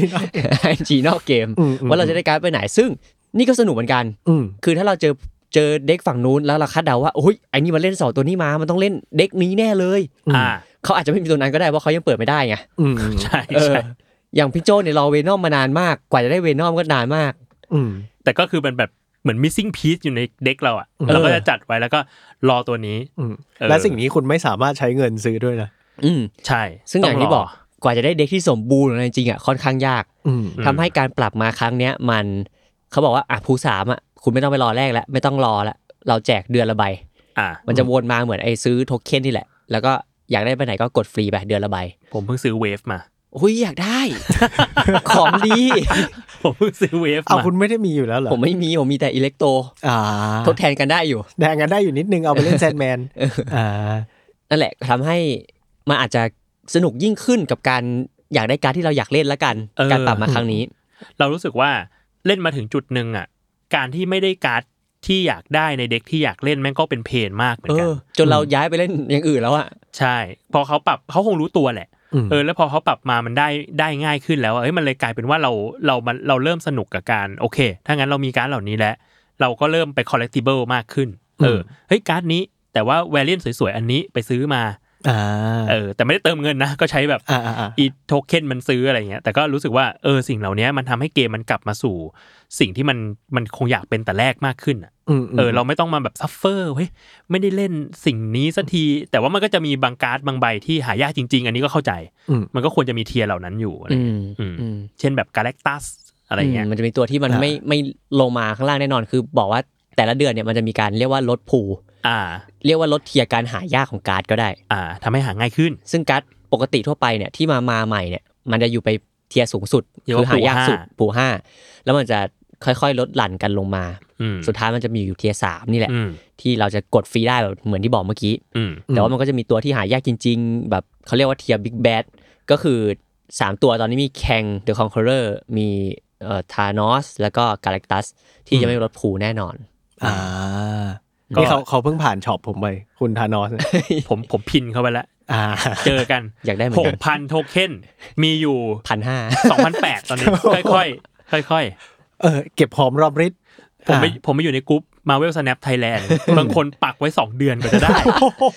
RNG นอกเกมว่าเราจะได้การ์ดไปไหนซึ่งนี่ก็สนุกเหมือนกันคือถ้าเราเจอเด็กฝั่งนู้นแล้วเราคาดเดาว่าโอ้ยไอ้นี่มันเล่น2ตัวนี้มามันต้องเล่นเด็กนี้แน่เลยเขาอาจจะไม่มีตัวนั้นก็ได้เพราะเขายังเปิดไม่ได้ไงใช่อย่างพี่โจเนี่ยรอเวนอมมานานมากกว่าจะได้เวนอมก็นานมากแต่ก็คือเป็นแบบเหมือน missing piece อยู่ในเด็กเราอ่ะเราก็จะจัดไว้แล้วก็รอตัวนี้และสิ่งนี้คุณไม่สามารถใช้เงินซื้อด้วยนะใช่ซึ่งอย่างที่บอกกว่าจะได้เด็กที่สมบูรณ์จริงๆอ่ะค่อนข้างยากทำให้การปรับมาครั้งเนี้ยมันเขาบอกว่าพู3อ่ะคุณไม่ต้องไปรอแรกแล้วไม่ต้องรอแล้วเราแจกเดือนละใบมันจะวนมาเหมือนไอ้ซื้อโทเค็นนี่แหละแล้วก็อยากได้ไปไหนก็กดฟรีไปเดือนละใบผมเพิ่งซื้อเวฟมาโอ้ยอยากได้ ของดีผมเพิ่งซื้อเวฟมาคุณไม่ได้มีอยู่แล้วเหรอผมไม่มีผมมีแต่อิเล็กโตทดแทนกันได้อยู่แทนกันได้อยู่นิดนึงเอาไปเล่นแซนแมนนั่นแหละทำให้มันอาจจะสนุกยิ่งขึ้นกับการอยากได้การที่เราอยากเล่นแล้วกันการปรับมาครั้งนี้เรารู้สึกว่าเล่นมาถึงจุดนึงอ่ะการที่ไม่ได้การ์ดที่อยากได้ในเด็กที่อยากเล่นแม่งก็เป็นเพนมากเหมือนกันจนเราย้ายไปเล่นอย่างอื่นแล้วอ่ะใช่พอเขาปรับเขาคงรู้ตัวแหละแล้วพอเขาปรับมามันได้ง่ายขึ้นแล้วมันเลยกลายเป็นว่าเราเริ่มสนุกกับการโอเคถ้างั้นเรามีการ์ดเหล่านี้แล้วเราก็เริ่มไป collectible มากขึ้นเฮ้ยการ์ดนี้แต่ว่า variant สวยๆอันนี้ไปซื้อมาแต่ไม่ได้เติมเงินนะก็ใช้แบบอีโทเค็นมันซื้ออะไรเงี้ยแต่ก็รู้สึกว่าสิ่งเหล่านี้มันทำให้เกมมันกลับมาสู่สิ่งที่มันคงอยากเป็นแต่แรกมากขึ้นเราไม่ต้องมาแบบซัฟเฟอร์เฮ้ยไม่ได้เล่นสิ่งนี้สักทีแต่ว่ามันก็จะมีบางการ์ดบางใบที่หายากจริงๆอันนี้ก็เข้าใจมันก็ควรจะมีเทียร์เหล่านั้นอยู่อะไรเช่นแบบกาแล็กตัสอะไรเงี้ยมันจะมีตัวที่มันไม่ลงมาข้างล่างแน่นอนคือบอกว่าแต่ละเดือนเนี่ยมันจะมีการเรียกว่าลดพูเรียกว่าลดเทียร์การหายากของการ์ดก็ได้ทำให้หาง่ายขึ้นซึ่งการ์ดปกติทั่วไปเนี่ยที่มาใหม่เนี่ยมันจะอยู่ไปเทียร์สูงสุดคือหายากสุดปู5แล้วมันจะค่อยๆลดหลั่นกันลงมาสุดท้ายมันจะมีอยู่เทียร์3นี่แหละที่เราจะกดฟรีได้แบบเหมือนที่บอกเมื่อกี้แต่ว่ามันก็จะมีตัวที่หายากจริงๆแบบเขาเรียกว่าเทียร์บิ๊กแบดก็คือ3ตัวตอนนี้มีแคงเดอะคอนเคอเรอร์มีธานอสแล้วก็กาแล็กตัสที่จะไม่ลดพูแน่นอนนี่เขาเพิ่งผ่านช็อปผมไปคุณธานอสผมพินเข้าไปแล้วเจอกันอยากได้เหมือนกัน 6,000 โทเค็นมีอยู่ 1,500 2,800 ตอนนี้ค่อยเก็บหอมรอมริดผมไม่อยู่ในกลุ่ม Marvel Snap Thailand บางคนปักไว้2เดือนก็จะได้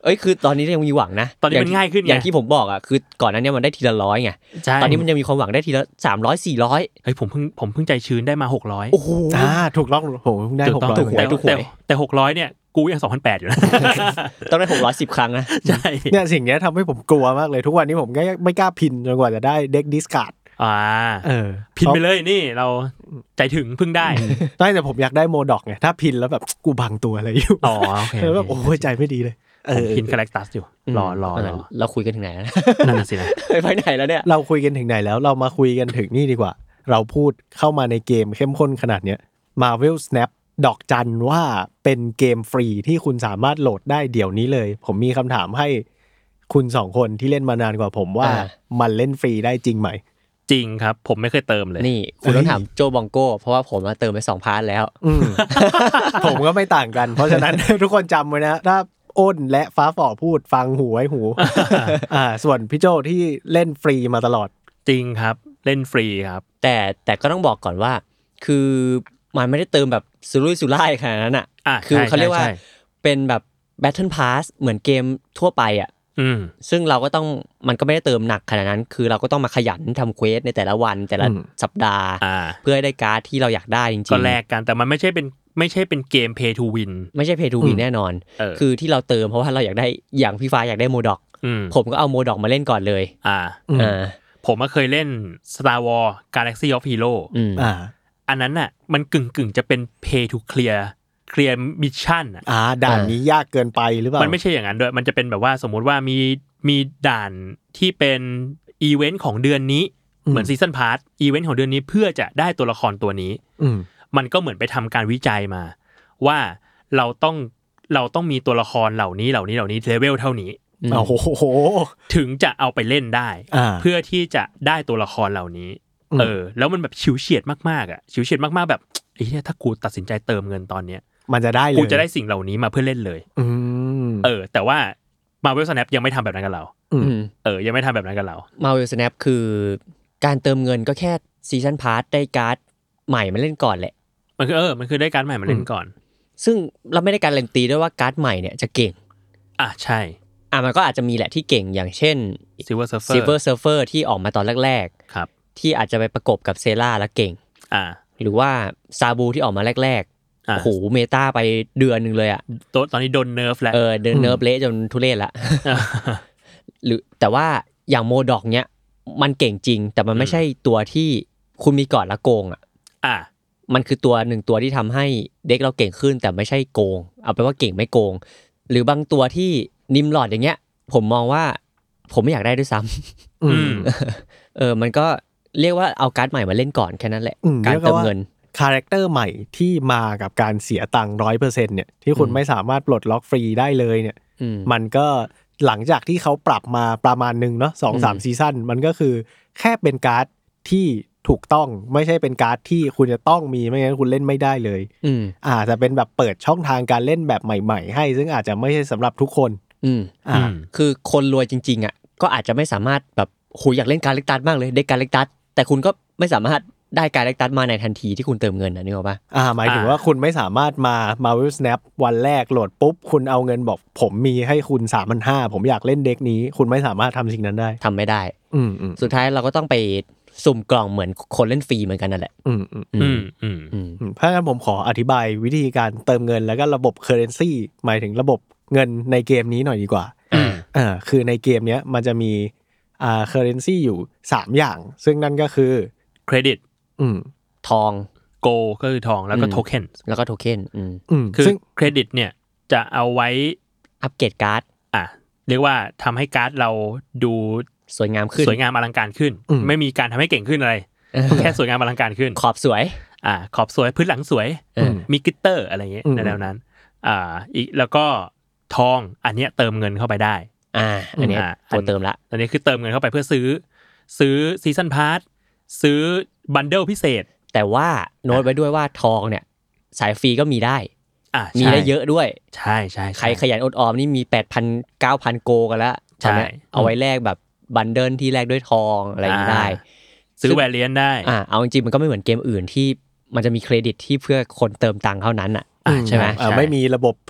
คือตอนนี้ยังมีหวังนะตอนนี้มันง่ายขึ้นอย่างที่ผมบอกอ่ะคือก่อนนั้นเนี่ยมันได้ทีละ100ไงตอนนี้มันยังมีความหวังได้ทีละ300 400 เฮ้ยผมเพิ่งใจชื้นได้มา600 โอ้โหถูกล็อกโหเพิ่งได้600 แต่600เนี่ยกูยัง 2,800 อยู่นะต้องได้610ครั้งนะใช่เนี่ยสิ่งนี้ทำให้ผมกลัวมากเลยทุกวันนี้ผมก็ไม่กล้าพินจนกว่าจะได้เด็กดิสการ์ดพินไปเลยนี่เราใจถึงพึ่งได้แต่ผมอยากได้โมดอกไงถ้าพินแล้วแบบกูบังตัวอะไรอยู่โอเคแบบโอ้ยใจไม่ดีเลยพินคาแรคตัสอยู่รอเราคุยกันถึงไหนแล้วนั่นน่ะสินะไปไหนแล้วเนี่ยเราคุยกันถึงไหนแล้วเรามาคุยกันถึงนี่ดีกว่าเราพูดเข้ามาในเกมเข้มข้นขนาดเนี้ย Marvel Snap ดอกจันว่าเป็นเกมฟรีที่คุณสามารถโหลดได้เดี๋ยวนี้เลยผมมีคำถามให้คุณ2คนที่เล่นมานานกว่าผมว่ามันเล่นฟรีได้จริงไหมจริงครับผมไม่เคยเติมเลยนี่คุณต้องถามโจบองโก้เพราะว่าผมเติมไป2พาร์ทแล้วผมก็ไม่ต่างกันเพราะฉะนั้นทุกคนจำไว้นะถ้าอ้นและฟ้าฝ่อพูดฟังหูไว้หูส่วนพี่โจที่เล่นฟรีมาตลอดจริงครับเล่นฟรีครับแต่ก็ต้องบอกก่อนว่าคือมันไม่ได้เติมแบบสุรุ่ยสุร่ายขนาดนั้นคือเขาเรียกว่าเป็นแบบ Battle Pass เหมือนเกมทั่วไปซึ่งเราก็ต้องมันก็ไม่ได้เติมหนักขนาดนั้นคือเราก็ต้องมาขยันทำเควสในแต่ละวันแต่ละสัปดาห์เพื่อให้ได้การ์ดที่เราอยากได้จริงๆก็แลกกันแต่มันไม่ใช่เป็นเกม pay to win ไม่ใช่ pay to win แน่นอนคือที่เราเติมเพราะว่าเราอยากได้อย่างพี่ฟ้าอยากได้โมดอกผมก็เอาโมดอกมาเล่นก่อนเลยผมเคยเล่น Star Wars Galaxy of Hero อันนั้นน่ะมันกึ่งจะเป็น pay to clearมิชชั่นด่านนี้ยากเกินไปหรือเปล่ามันไม่ใช่อย่างนั้นด้วยมันจะเป็นแบบว่าสมมุติว่ามีด่านที่เป็นอีเวนต์ของเดือนนี้เหมือนซีซั่นพาสอีเวนต์ของเดือนนี้เพื่อจะได้ตัวละครตัวนี้มันก็เหมือนไปทำการวิจัยมาว่าเราต้องมีตัวละครเหล่านี้เลเวลเท่านี้โอ้โหถึงจะเอาไปเล่นได้เพื่อที่จะได้ตัวละครเหล่านี้แล้วมันแบบฉิวเฉียดมากๆฉิวเฉียดมากๆแบบไอ้เหี้ยถ้ากูตัดสินใจเติมเงินตอนเนี้ยมันจะได้เลยกูจะได้สิ่งเหล่านี้มาเพื่อเล่นเลยแต่ว่า Marvel Snap ยังไม่ทำแบบนั้นกับเรายังไม่ทำแบบนั้นกับเรา Marvel Snap คือการเติมเงินก็แค่ซีซั่นพาสได้การ์ดใหม่มาเล่นก่อนแหละมันคือได้การ์ดใหม่มาเล่นก่อนซึ่งเราไม่ได้การันตีด้วยว่าการ์ดใหม่เนี่ยจะเก่งใช่มันก็อาจจะมีแหละที่เก่งอย่างเช่น Silver Surfer ที่ออกมาตอนแรกๆครับที่อาจจะไปประกบกับเซล่าแล้วเก่งหรือว่าซาบูที่ออกมาแรกๆโอ้โหเมตาไปเดือนนึงเลยตอนนี้โดนเนิร์ฟแล้วเดินเนิร์ฟเละจนทุเรศละหรือแต่ว่าอย่างโมดอกเนี้ยมันเก่งจริงแต่มันไม่ใช่ตัวที่คุณมีก่อนละโกงมันคือตัวหนึ่งตัวที่ทำให้เด็กเราเก่งขึ้นแต่ไม่ใช่โกงเอาไปว่าเก่งไม่โกงหรือบางตัวที่นิมลอดอย่างเงี้ยผมมองว่าผมไม่อยากได้ด้วยซ้ำมันก็เรียกว่าเอาการ์ดใหม่มาเล่นก่อนแค่นั้นแหละการเติมเงินคาแรคเตอร์ใหม่ที่มากับการเสียตังค์ 100% เนี่ยที่คุณไม่สามารถปลดล็อกฟรีได้เลยเนี่ยมันก็หลังจากที่เขาปรับมาประมาณนึงเนาะ 2-3 ซีซั่นมันก็คือแค่เป็นการ์ดที่ถูกต้องไม่ใช่เป็นการ์ดที่คุณจะต้องมีไม่งั้นคุณเล่นไม่ได้เลยอาจจะเป็นแบบเปิดช่องทางการเล่นแบบใหม่ๆให้ซึ่งอาจจะไม่ใช่สำหรับทุกคนคือคนรวยจริงๆก็อาจจะไม่สามารถแบบโหอยากเล่นการเล็กตัดมากเลยได้การเล็กตัดแต่คุณก็ไม่สามารถได้การเล็กตัดมาในทันทีที่คุณเติมเงินนึกออกป่ะหมายถึงว่าคุณไม่สามารถมา Marvel Snap วันแรกโหลดปุ๊บคุณเอาเงินบอกผมมีให้คุณ 3,500 ผมอยากเล่นเด็กนี้คุณไม่สามารถทำสิ่งนั้นได้ทำไม่ได้สุดท้ายเราก็ต้องไปสุ่มกล่องเหมือนคนเล่นฟรีเหมือนกันนั่นแหละเพราะฉะนั้นผมขออธิบายวิธีการเติมเงินแล้วก็ระบบ currency หมายถึงระบบเงินในเกมนี้หน่อยดีกว่าคือในเกมเนี้ยมันจะมีcurrency อยู่3อย่างซึ่งนั่นก็คือ credit ทอง gold ก็คือทองแล้วก็ token คือเครดิตเนี่ยจะเอาไว้อัปเกรดการ์ดเรียกว่าทำให้การ์ดเราดูสวยงามขึ้นสวยงามอลังการขึ้นไม่มีการทำให้เก่งขึ้นอะไรแค่สวยงามอลังการขึ้นขอบสวยขอบสวยพื้นหลังสวยมีกลิตเตอร์อะไรอย่างเงี้ยในแนวนั้นอีกแล้วก็ทองอันเนี้ยเติมเงินเข้าไปได้อันนี้ตัวเติมละอันนี้คือเติมเงินเข้าไปเพื่อซื้อซีซั่นพาสซื้อบันเดิลพิเศษแต่ว่าโน้ตไว้ด้วยว่าทองเนี่ยสายฟรีก็มีได้มีได้เยอะด้วยใช่ใครขยันอดออมนี่มี 8,000 9,000 โกกันแล้วตอนนี้เอาไว้แลกแบบบันเดิลที่แลกด้วยทองอะไรอย่างนี้ได้ซื้อแวรียนได้เอาจริงๆมันก็ไม่เหมือนเกมอื่นที่มันจะมีเครดิตที่เพื่อคนเติมตังค์เท่านั้นใช่ไหมไม่มีระบบ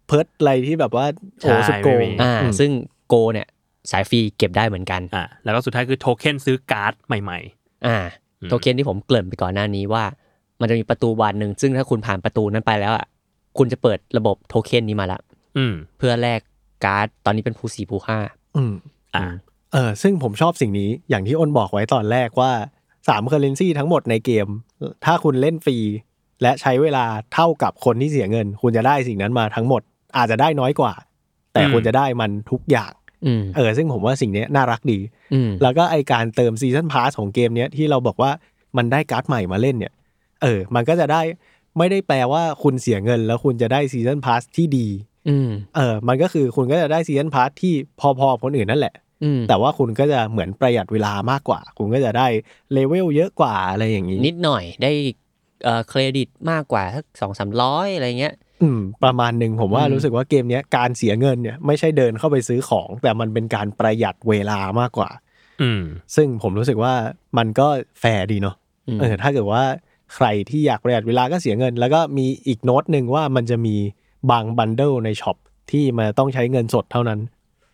เพิร์ทอะไรที่แบบว่าโอ้สุดโกงซึ่งโกเนี่ยสายฟรีเก็บได้เหมือนกันแล้วก็สุดท้ายคือโทเค็นซื้อการ์ดใหม่ๆโทเค็นที่ผมเกริ่นไปก่อนหน้านี้ว่ามันจะมีประตูบานนึงซึ่งถ้าคุณผ่านประตูนั้นไปแล้วอ่ะคุณจะเปิดระบบโทเค็นนี้มาละเพื่อแลกการ์ดตอนนี้เป็นภู4ภู5 ซึ่งผมชอบสิ่งนี้อย่างที่อ้นบอกไว้ตอนแรกว่า3 currency ทั้งหมดในเกมถ้าคุณเล่นฟรีและใช้เวลาเท่ากับคนที่เสียเงินคุณจะได้สิ่งนั้นมาทั้งหมดอาจจะได้น้อยกว่าแต่คุณจะได้มันทุกอย่างซึ่งผมว่าสิ่งนี้น่ารักดีแล้วก็ไอการเติมซีซั่นพาสของเกมเนี้ยที่เราบอกว่ามันได้การ์ดใหม่มาเล่นเนี่ยมันก็จะได้ไม่ได้แปลว่าคุณเสียเงินแล้วคุณจะได้ซีซั่นพาสที่ดีมันก็คือคุณก็จะได้ซีซั่นพาสที่พอๆคนอื่นนั่นแหละแต่ว่าคุณก็จะเหมือนประหยัดเวลามากกว่าคุณก็จะได้เลเวลเยอะกว่าอะไรอย่างนี้นิดหน่อยได้เครดิตมากกว่าสัก 200-300 อะไรเงี้ยประมาณนึงผมว่ารู้สึกว่าเกมนี้การเสียเงินเนี่ยไม่ใช่เดินเข้าไปซื้อของแต่มันเป็นการประหยัดเวลามากกว่าซึ่งผมรู้สึกว่ามันก็แฟร์ดีเนาะถ้าเกิดว่าใครที่อยากประหยัดเวลาก็เสียเงินแล้วก็มีอีกโน้ตนึงว่ามันจะมีบางบันเดิลในช็อปที่มันต้องใช้เงินสดเท่านั้น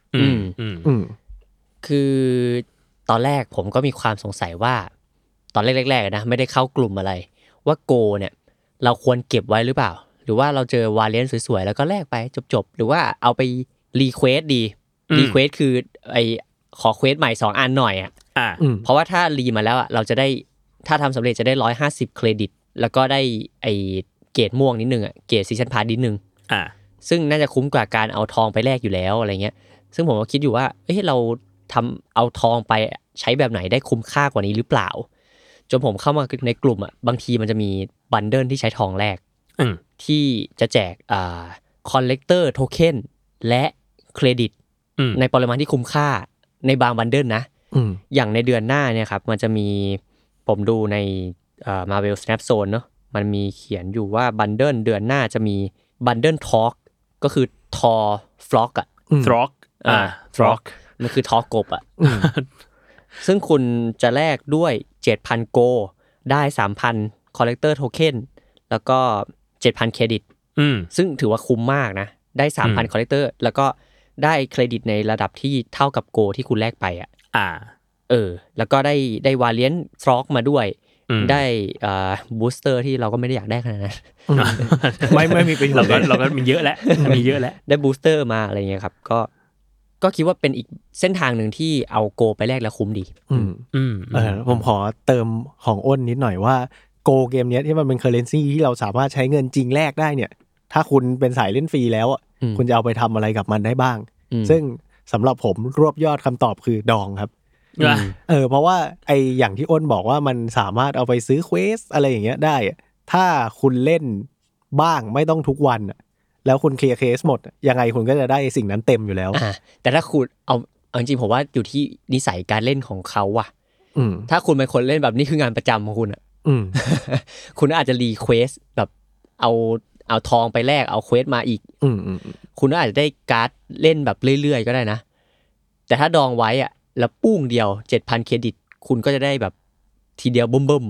คือตอนแรกผมก็มีความสงสัยว่าตอนแรกๆนะไม่ได้เข้ากลุ่มอะไรว่าโกเนี่ยเราควรเก็บไว้หรือเปล่าหรือว่าเราเจอวาเลียนสวยๆแล้วก็แลกไปจบๆหรือว่าเอาไปรีเควสดีรีเควสคือไอขอเควสใหม่2อันหน่อยเพราะว่าถ้ารีมาแล้วเราจะได้ถ้าทำสำเร็จจะได้150เครดิตแล้วก็ได้ไอเกรดม่วงนิดนึงเกรดซีซั่นพาสนิดนึงซึ่งน่าจะคุ้มกว่าการเอาทองไปแลกอยู่แล้วอะไรเงี้ยซึ่งผมก็คิดอยู่ว่าเราทำเอาทองไปใช้แบบไหนได้คุ้มค่ากว่านี้หรือเปล่าจนผมเข้ามาในกลุ่มบางทีมันจะมีบันเดิลที่ใช้ทองแลกที่จะแจกคอลเลกเตอร์โทเค็นและเครดิตในปริมาณที่คุ้มค่าในบางบันเดิลนะอย่างในเดือนหน้าเนี่ยครับมันจะมีผมดูในMarvel Snap Zone เนาะมันมีเขียนอยู่ว่าบันเดิลเดือนหน้าจะมีบันเดิลทอล์กก็คือทอฟล็อกทรอกทรอกมันคือทอกบซึ่งคุณจะแลกด้วย 7,000 โกได้ 3,000 collector token แล้วก็ 7,000 เครดิตซึ่งถือว่าคุ้มมากนะได้ 3,000 collector แล้วก็ได้เครดิตในระดับที่เท่ากับโกที่คุณแลกไปแล้วก็ได้วาเลียนทรอกมาด้วยได้บูสเตอร์ที่เราก็ไม่ได้อยากได้ขนาดนั้นไม่มีประโยชน์เราก็มีเยอะแล้วมีเยอะแล้วได้บูสเตอร์มาอะไรเงี้ยครับก็คิดว่าเป็นอีกเส้นทางนึงที่เอาโกไปแลกแล้วคุ้มดีผมขอเติมของอ้นนิดหน่อยว่าโกเกมนี้ที่มันเป็นเคอร์เรนซีที่เราสามารถใช้เงินจริงแลกได้เนี่ยถ้าคุณเป็นสายเล่นฟรีแล้วคุณจะเอาไปทำอะไรกับมันได้บ้างซึ่งสำหรับผมรวบยอดคำตอบคือดองครับเพราะว่าไออย่างที่อ้นบอกว่ามันสามารถเอาไปซื้อเควสอะไรอย่างเงี้ยได้ถ้าคุณเล่นบ้างไม่ต้องทุกวันแล้วคุณเคลียร์เคสหมดยังไงคุณก็จะได้สิ่งนั้นเต็มอยู่แล้วแต่ถ้าคุณเอาจริงผมว่าอยู่ที่นิสัยการเล่นของเขาว่ะถ้าคุณเป็นคนเล่นแบบนี้คืองานประจำของคุณคุณอาจจะรีเควสแบบเอาทองไปแลกเอาเควสมาอีกคุณอาจจะได้การ์ดเล่นแบบเรื่อยๆก็ได้นะแต่ถ้าดองไว้แล้วปุ้งเดียว 7,000 เครดิตคุณก็จะได้แบบทีเดียวบึ้ม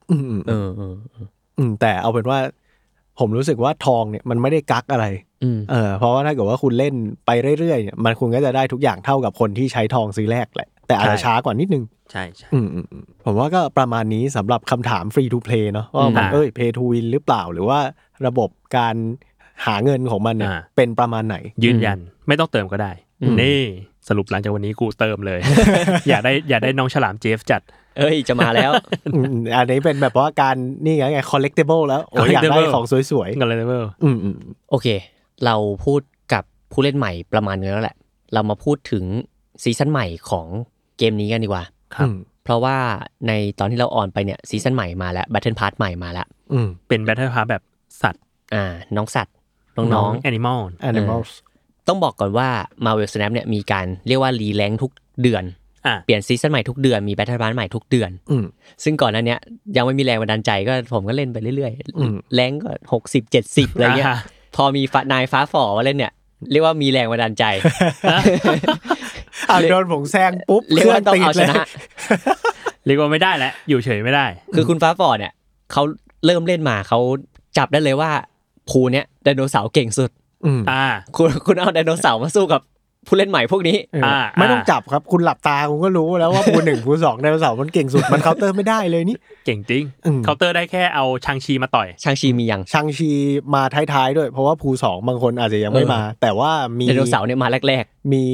ๆแต่เอาเป็นว่าผมรู้สึกว่าทองเนี่ยมันไม่ได้กักอะไรเพราะว่าถ้าเกิดว่าคุณเล่นไปเรื่อยๆเนี่ยมันคุณก็จะได้ทุกอย่างเท่ากับคนที่ใช้ทองซื้อแรกแหละแต่อาจจะช้ากว่านิดนึงใช่ผมว่าก็ประมาณนี้สำหรับคำถามฟรีทูเพลย์เนาะว่ามันเพย์ทูวินหรือเปล่าหรือว่าระบบการหาเงินของมันเนี่ยเป็นประมาณไหนยืนยันไม่ต้องเติมก็ได้นี่สรุปหลังจากวันนี้กูเติมเลย อยากได้น้องฉลามเจฟจัดจะมาแล้วอันนี้เป็นแบบว่าการนี่ไง collectible แล้วอยากได้ของสวยๆ collectible โอเคเราพูดกับผู้เล่นใหม่ประมาณนึงแล้วแหละเรามาพูดถึงซีซั่นใหม่ของเกมนี้กันดีกว่าครับเพราะว่าในตอนที่เราออนไปเนี่ยซีซั่นใหม่มาแล้ว Battle Pass ใหม่มาแล้วเป็น Battle Pass แบบสัตว์น้องสัตว์น้อง Animals ต้องบอกก่อนว่า Marvel Snap เนี่ยมีการเรียกว่ารีแรงค์ทุกเดือนเปลี่ยนซีซั่นใหม่ทุกเดือนมี Battle Pass ใหม่ทุกเดือนซึ่งก่อนหน้านี้ยังไม่มีแรงบันดาลใจก็ผมก็เล่นไปเรื่อยๆแรงก็60 70อะไรเงี้ยพอมีนายฟ้าฝ่อมาเล่นเนี่ยเรียกว่ามีแรงบันดาลใจโดนผมแซงปุ๊บเรียกว่าต้องเอาชนะเรียกว่าไม่ได้แล้วอยู่เฉยไม่ได้คือคุณฟ้าฝ่อเนี่ยเขาเริ่มเล่นมาเขาจับได้เลยว่าภูเนี้ยไดโนเสาร์เก่งสุดคุณเอาไดโนเสาร์มาสู้กับผู้เล่นใหม่พวกนี้ไม่ต้องจับครับคุณหลับตาคุณก็รู้แล้วว่าภู1ภู2ไดโนเสาร์มันเก่งสุดมันเคาน์เตอร์ไม่ได้เลยนี่เก่งจริงเคาน์เตอร์ได้แค่เอาชังชีมาต่อยชังชีมียังชังชีมาท้ายๆด้วยเพราะว่าภู2บางคนอาจจะยังไม่มาแต่ว่ามีไดโนเสาร์เนี่ยมาแรกๆมี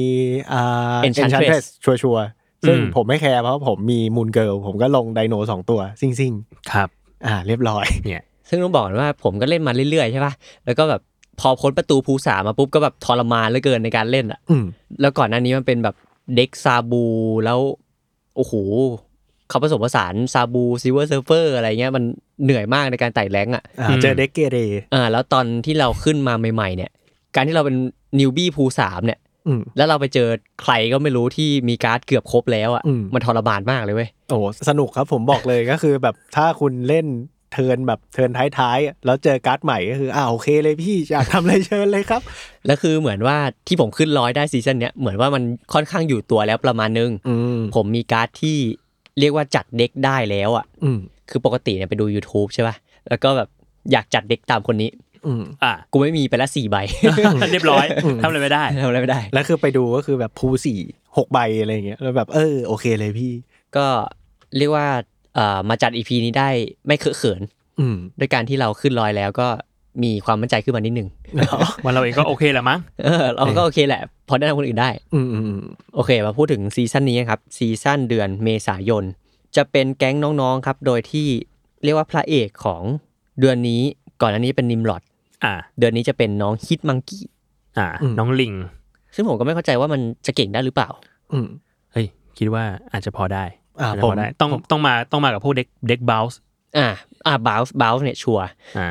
Enchantress ชัวร์ๆซึ่งผมไม่แคร์เพราะผมมีมูนเกิร์ลผมก็ลงไดโน2ตัวซิ่งๆครับเรียบร้อยเนี่ยซึ่งต้องบอกว่าผมก็เล่นมาเรื่อยๆใช่ป่ะแล้วก็แบบพอพ้นประตูภู3มาปุ๊บก็แบบทรมานเหลือเกินในการเล่นอ่ะแล้วก่อนหน้านี้มันเป็นแบบเด็กซาบูแล้วโอ้โหเขาผสมผสานซาบูซิลเวอร์เซิร์ฟเฟอร์อะไรเงี้ยมันเหนื่อยมากในการไต่แรงค์อ่ะเจอเด็กเกเรแล้วตอนที่เราขึ้นมาใหม่ๆเนี่ยการที่เราเป็นนิวบี้ภู3เนี่ยแล้วเราไปเจอใครก็ไม่รู้ที่มีการ์ดเกือบครบแล้วอ่ะมันทรมานมากเลยเว้ยโอ้สนุกครับผมบอกเลยก็คือแบบถ้าคุณเล่นเทิร์นแบบเทิร์นท้ายๆแล้วเจอการ์ดใหม่ก็คือโอเคเลยพี่อยากทำอะไรเชิญเลยครับแล้วคือเหมือนว่าที่ผมขึ้น100ได้ซีซั่นเนี้ยเหมือนว่ามันค่อนข้างอยู่ตัวแล้วประมาณนึงผมมีการ์ดที่เรียกว่าจัดเด็กได้แล้วอ่ะคือปกติเนี่ยไปดู YouTube ใช่ป่ะแล้วก็แบบอยากจัดเด็กตามคนนี้กูไม่มีไปละ4ใบเรียบร้อยทำอะไรไม่ได้แล้วคือไปดูก็คือแบบภู4 6ใบอะไรอย่างเงี้ยแล้วแบบโอเคเลยพี่ก็เรียกว่ามาจัด EP นี้ได้ไม่เคอะเขินด้วยการที่เราขึ้น100แล้วก็มีความมั่นใจขึ้นมานิดนึงวันเราเองก็โอเคแหละมั้งเราก็โอเคแหละพอได้ทำคนอื่นได้โอเคมาพูดถึงซีซั่นนี้ครับซีซั่นเดือนเมษายนจะเป็นแก๊งน้องๆครับโดยที่เรียกว่าพระเอกของเดือนนี้ก่อนอันนี้เป็นนิมลอดเดือนนี้จะเป็นน้องฮิตมังกี้น้องลิงซึ่งผมก็ไม่เข้าใจว่ามันจะเก่งได้หรือเปล่าเฮ้ยคิดว่าอาจจะพอได้ผมได้ต้องมากับพวกเด็กบาวส์บาวส์เนี่ยชัวร์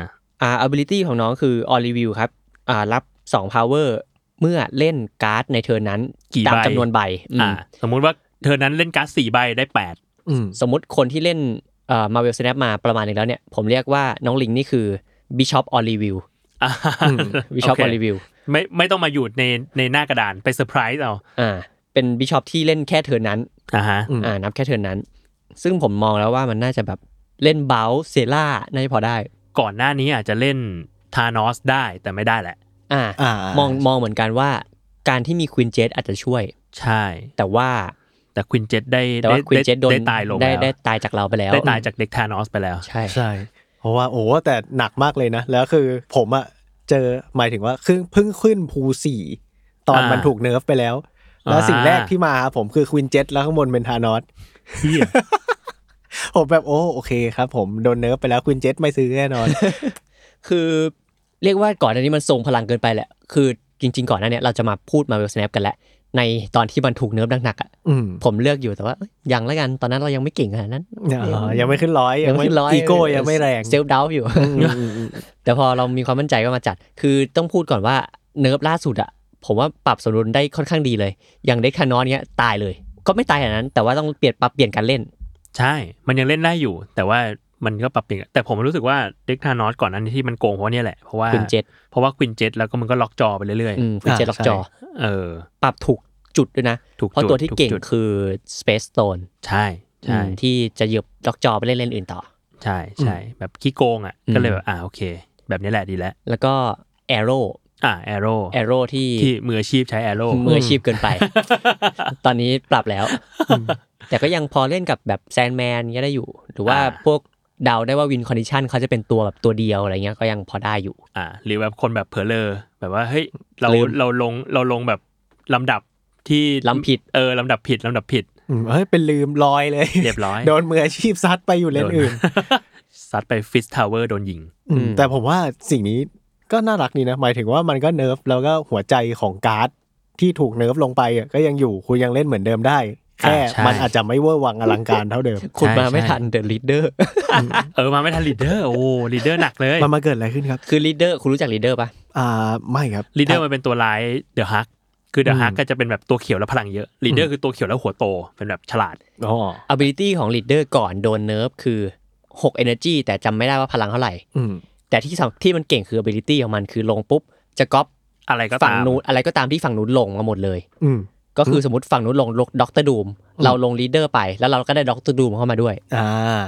ability ของน้องคือ all review ครับรับ2 power เมื่อเล่นการ์ดในเทิร์นนั้นตามจำนวนใบสมมุติว่าเทิร์นนั้นเล่นการ์ด4ใบได้8 สมมุติคนที่เล่นMarvel Snap มาประมาณนึงแล้วเนี่ยผมเรียกว่าน้องลิงนี่คือ Bishop all review Bishop all review ไม่ต้องมาอยู่ในหน้ากระดานไปเซอร์ไพรส์เอาเป็นบิชอปที่เล่นแค่เทิร์นนั้นนับแค่เทิร์นนั้นซึ่งผมมองแล้วว่ามันน่าจะแบบเล่นเบลเซล่าน่าจะพอได้ก่อนหน้านี้อาจจะเล่นธานอสได้แต่ไม่ได้แหละมองเหมือนกันว่าการที่มีควินเจตอาจจะช่วยใช่แต่ควินเจตได้ตายลงได้ตายจากเราไปแล้วได้ตายจากเด็กธานอสไปแล้วใช่เพราะว่าแต่หนักมากเลยนะแล้วคือผมเจอหมายถึงว่าเพิ่งขึ้นภู4ตอนมันถูกเนิร์ฟไปแล้วแล้วสิ่งแรกที่มาผมคือควินเจ็ตแล้วข้างบนเป็นธานอสผมแบบโอเคครับผมโดนเนิร์ฟไปแล้วควินเจ็ตไม่ซื้อแน่นอนคือเรียกว่าก่อนหน้านี้มันทรงพลังเกินไปแหละคือจริงๆก่อนหน้านี้เราจะมาพูดMarvel Snapกันแหละในตอนที่มันถูกเนิร์ฟหนักๆผมเลือกอยู่แต่ว่ายังแล้วกันตอนนั้นเรายังไม่เก่งขนาดนั้นยังไม่ขึ้น100ยังไม่อีโก้ยังไม่แรงเซลฟ์ดาวน์อยู่แต่พอเรามีความมั่นใจก็มาจัดคือต้องพูดก่อนว่าเนิร์ฟล่าสุดผมว่าปรับสมดุลได้ค่อนข้างดีเลยอย่างเด็กธานอสเนี้ยตายเลยก็ไม่ตายขนาดนั้นแต่ว่าต้องปรับเปลี่ยนการเล่นใช่มันยังเล่นได้อยู่แต่ว่ามันก็ปรับเปลี่ยนแต่ผมรู้สึกว่าเด็กธานอสก่อนนั้นที่มันโกงเพราะเนี่ยแหละเพราะว่าควินเจ็ตแล้วก็มันก็ล็อกจอไปเรื่อยๆควินเจ็ตล็อกจอปรับถูกจุดด้วยนะเพราะตัวที่เก่งคือ Space Stone ใช่ที่จะหยิบล็อกจอไปเล่นอื่นต่อใช่แบบขี้โกงก็เลยแบบโอเคแบบนี้แหละดีแล้วก็ Arrow Arrow ที่มืออาชีพใช้ Arrow มืออาชีพเกินไป ตอนนี้ปรับแล้ว แต่ก็ยังพอเล่นกับแบบแซนแมนก็ได้อยู่หรือว่าพวกเดาได้ว่าวินคอนดิชันเขาจะเป็นตัวแบบตัวเดียวอะไรเงี้ยก็ยังพอได้อยู่หรือแบบคนแบบเผลอเลอแบบว่าเฮ้ยเราลงแบบลำดับที่ลำผิดลำดับผิดเฮ้ยเป็นลืมลอยเลยเรียบร้อยโดนมืออาชีพซัดไปอยู่เลนอื่นซัดไปฟิสทาวเวอร์โดนยิงแต่ผมว่าสิ่งนี้ก็น่ารักดีนะหมายถึงว่ามันก็เนิร์ฟแล้วก็หัวใจของการ์ดที่ถูกเนิร์ฟลงไปก็ยังอยู่คุณยังเล่นเหมือนเดิมได้แค่มันอาจจะไม่เวอร์วังอลังการเท่าเดิมคุณมาไม่ทันเดอะลีดเดอร์มาไม่ทันลีดเดอร์โอ้ลีดเดอร์หนักเลยมันมาเกิดอะไรขึ้นครับคือลีดเดอร์คุณรู้จักลีดเดอร์ป่ะไม่ครับลีดเดอร์มันเป็นตัวร้ายเดอะฮักคือเดอะฮักก็จะเป็นแบบตัวเขียวแล้วพลังเยอะลีดเดอร์คือตัวเขียวแล้วหัวโตเป็นแบบฉลาด ability ของลีดเดอร์ก่อนโดนเนิร์ฟคือ6 energy แต่จำไม่ได้ว่าพลังเท่าไหร่แต่ที่มันเก่งคือ ability ของมันคือลงปุ๊บจะก๊อปอะไรก็ตามฝั่งนู้นอะไรก็ตามที่ฝั่งนู้นลงมาหมดเลยก็คือสมมติฝั่งนู้นลงด็อกเตอร์ดูมเราลงลีดเดอร์ไปแล้วเราก็ได้ด็อกเตอร์ดูมเข้ามาด้วย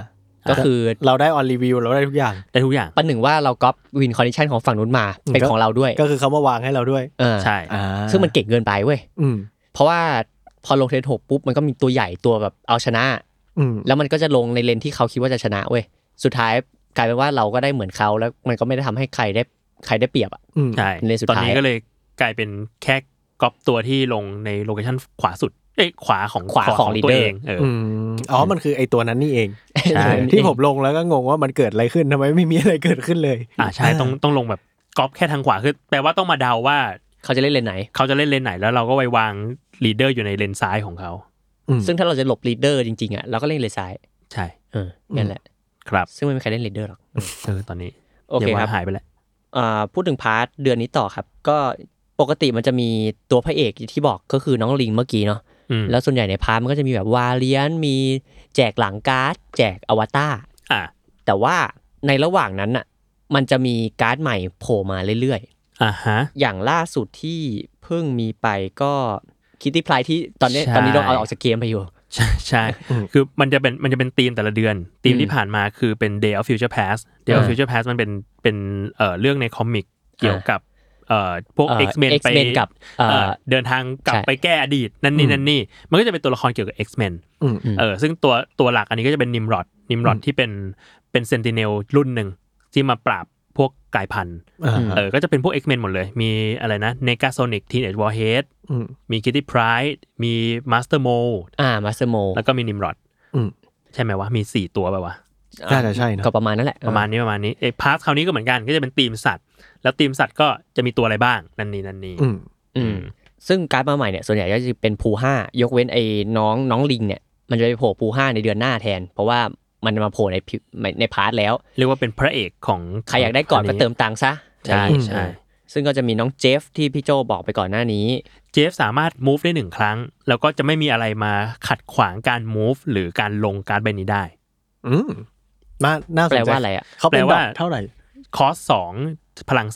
ก็คือเราได้ออนรีวิวเราได้ทุกอย่างประหนึ่งว่าเราก๊อปวินคอนดิชั่นของฝั่งนู้นมาเป็นของเราด้วยก็คือเขามาวางให้เราด้วยใช่ซึ่งมันเก่งเกินไปเว้ยเพราะว่าพอลงเทรน6ปุ๊บมันก็มีตัวใหญ่ตัวแบบเอาชนะแล้วมันก็จะลงในเลนที่เขาคิดว่าจะชนะเว้ยสุดท้ายกลายเป็นว่าเราก็ได้เหมือนเขาแล้วมันก็ไม่ได้ทำให้ใครได้เปรียบอ่ะใช่ตอนนี้ก็เลยกลายเป็นแค่ก๊อปตัวที่ลงในโลเคชั่นขวาสุดขวาของลีดตัวเดอร์เองมันคือไอตัวนั้นนี่เองที่ผมลงแล้วก็งงว่ามันเกิดอะไรขึ้นทำไมไม่มีอะไรเกิดขึ้นเลยใช่ต้องลงแบบก๊อปแค่ทางขวาคือแปลว่าต้องมาเดาว่าเขาจะเล่นเลนไหนแล้วเราก็ไปวางลีดเดอร์อยู่ในเลนซ้ายของเขาซึ่งถ้าเราจะหลบลีดเดอร์จริงๆอ่ะเราก็เล่นเลนซ้ายใช่นั่นแหละครับซึ่งไม่มีใครเล่นลีดเดอร์หรอกตอนนี้โอเคครับหายไปแล้วพูดถึงพาร์ทเดือนนี้ต่อครับก็ปกติมันจะมีตัวพระเอกที่บอกก็คือน้องลิงเมื่อกี้เนาะแล้วส่วนใหญ่ในพาร์ทมันก็จะมีแบบวาเลียนมีแจกหลังการ์ดแจกอวตารแต่ว่าในระหว่างนั้นน่ะมันจะมีการ์ดใหม่โผล่มาเรื่อยๆอย่างล่าสุดที่เพิ่งมีไปก็คิตตี้ไพร์ที่ตอนนี้ต้องเอาออกจากเกมไปอยู่ใช่คือมันจะเป็นธีมแต่ละเดือนธีมที่ผ่านมาคือเป็น Day of Future Past Day of Future Past มันเป็นเรื่องในคอมิกเกี่ยวกับพวก X-Men ไปเดินทางกลับไปแก้อดีตนั่นนี่มันก็จะเป็นตัวละครเกี่ยวกับ X-Men ซึ่งตัวหลักอันนี้ก็จะเป็นนิมรอดที่เป็นเซนติเนลรุ่นหนึ่งที่มาปราบพวกกายพันธุ์ก็จะเป็นพวก X-Men หมดเลยมีอะไรนะ Negasonic Teenage Warhead มี Kitty Pryde มี Master Mold Master Mold แล้วก็มี Nimrod ใช่ไหมวะมี4ตัวป่ะวะน่าจะใช่นะก็ประมาณนั้นแหละประมาณนี้พาร์ทคราวนี้ก็เหมือนกันก็จะเป็นธีมสัตว์แล้วธีมสัตว์ก็จะมีตัวอะไรบ้างนั่นนี่ซึ่งการ์ดมาใหม่เนี่ยส่วนใหญ่ก็จะเป็นภู5ยกเว้นไอ้น้องลิงเนี่ยมันจะไปโผล่ภู5ในเดือนหน้าแทนเพราะว่ามันมาโผล่ในพาร์ทแล้วเรียกว่าเป็นพระเอกของใครอยากได้ก่อนก็เติมตังค์ซะใช่ซึ่งก็จะมีน้องเจฟที่พี่โจบอกไปก่อนหน้านี้เจฟสามารถ move ได้1ครั้งแล้วก็จะไม่มีอะไรมาขัดขวางการ move หรือการลงการ์ดใบนี้ได้น่าสนใจแปลว่าอะไรอ่ะเขาแปลว่าเท่าไหร่คอส2พลัง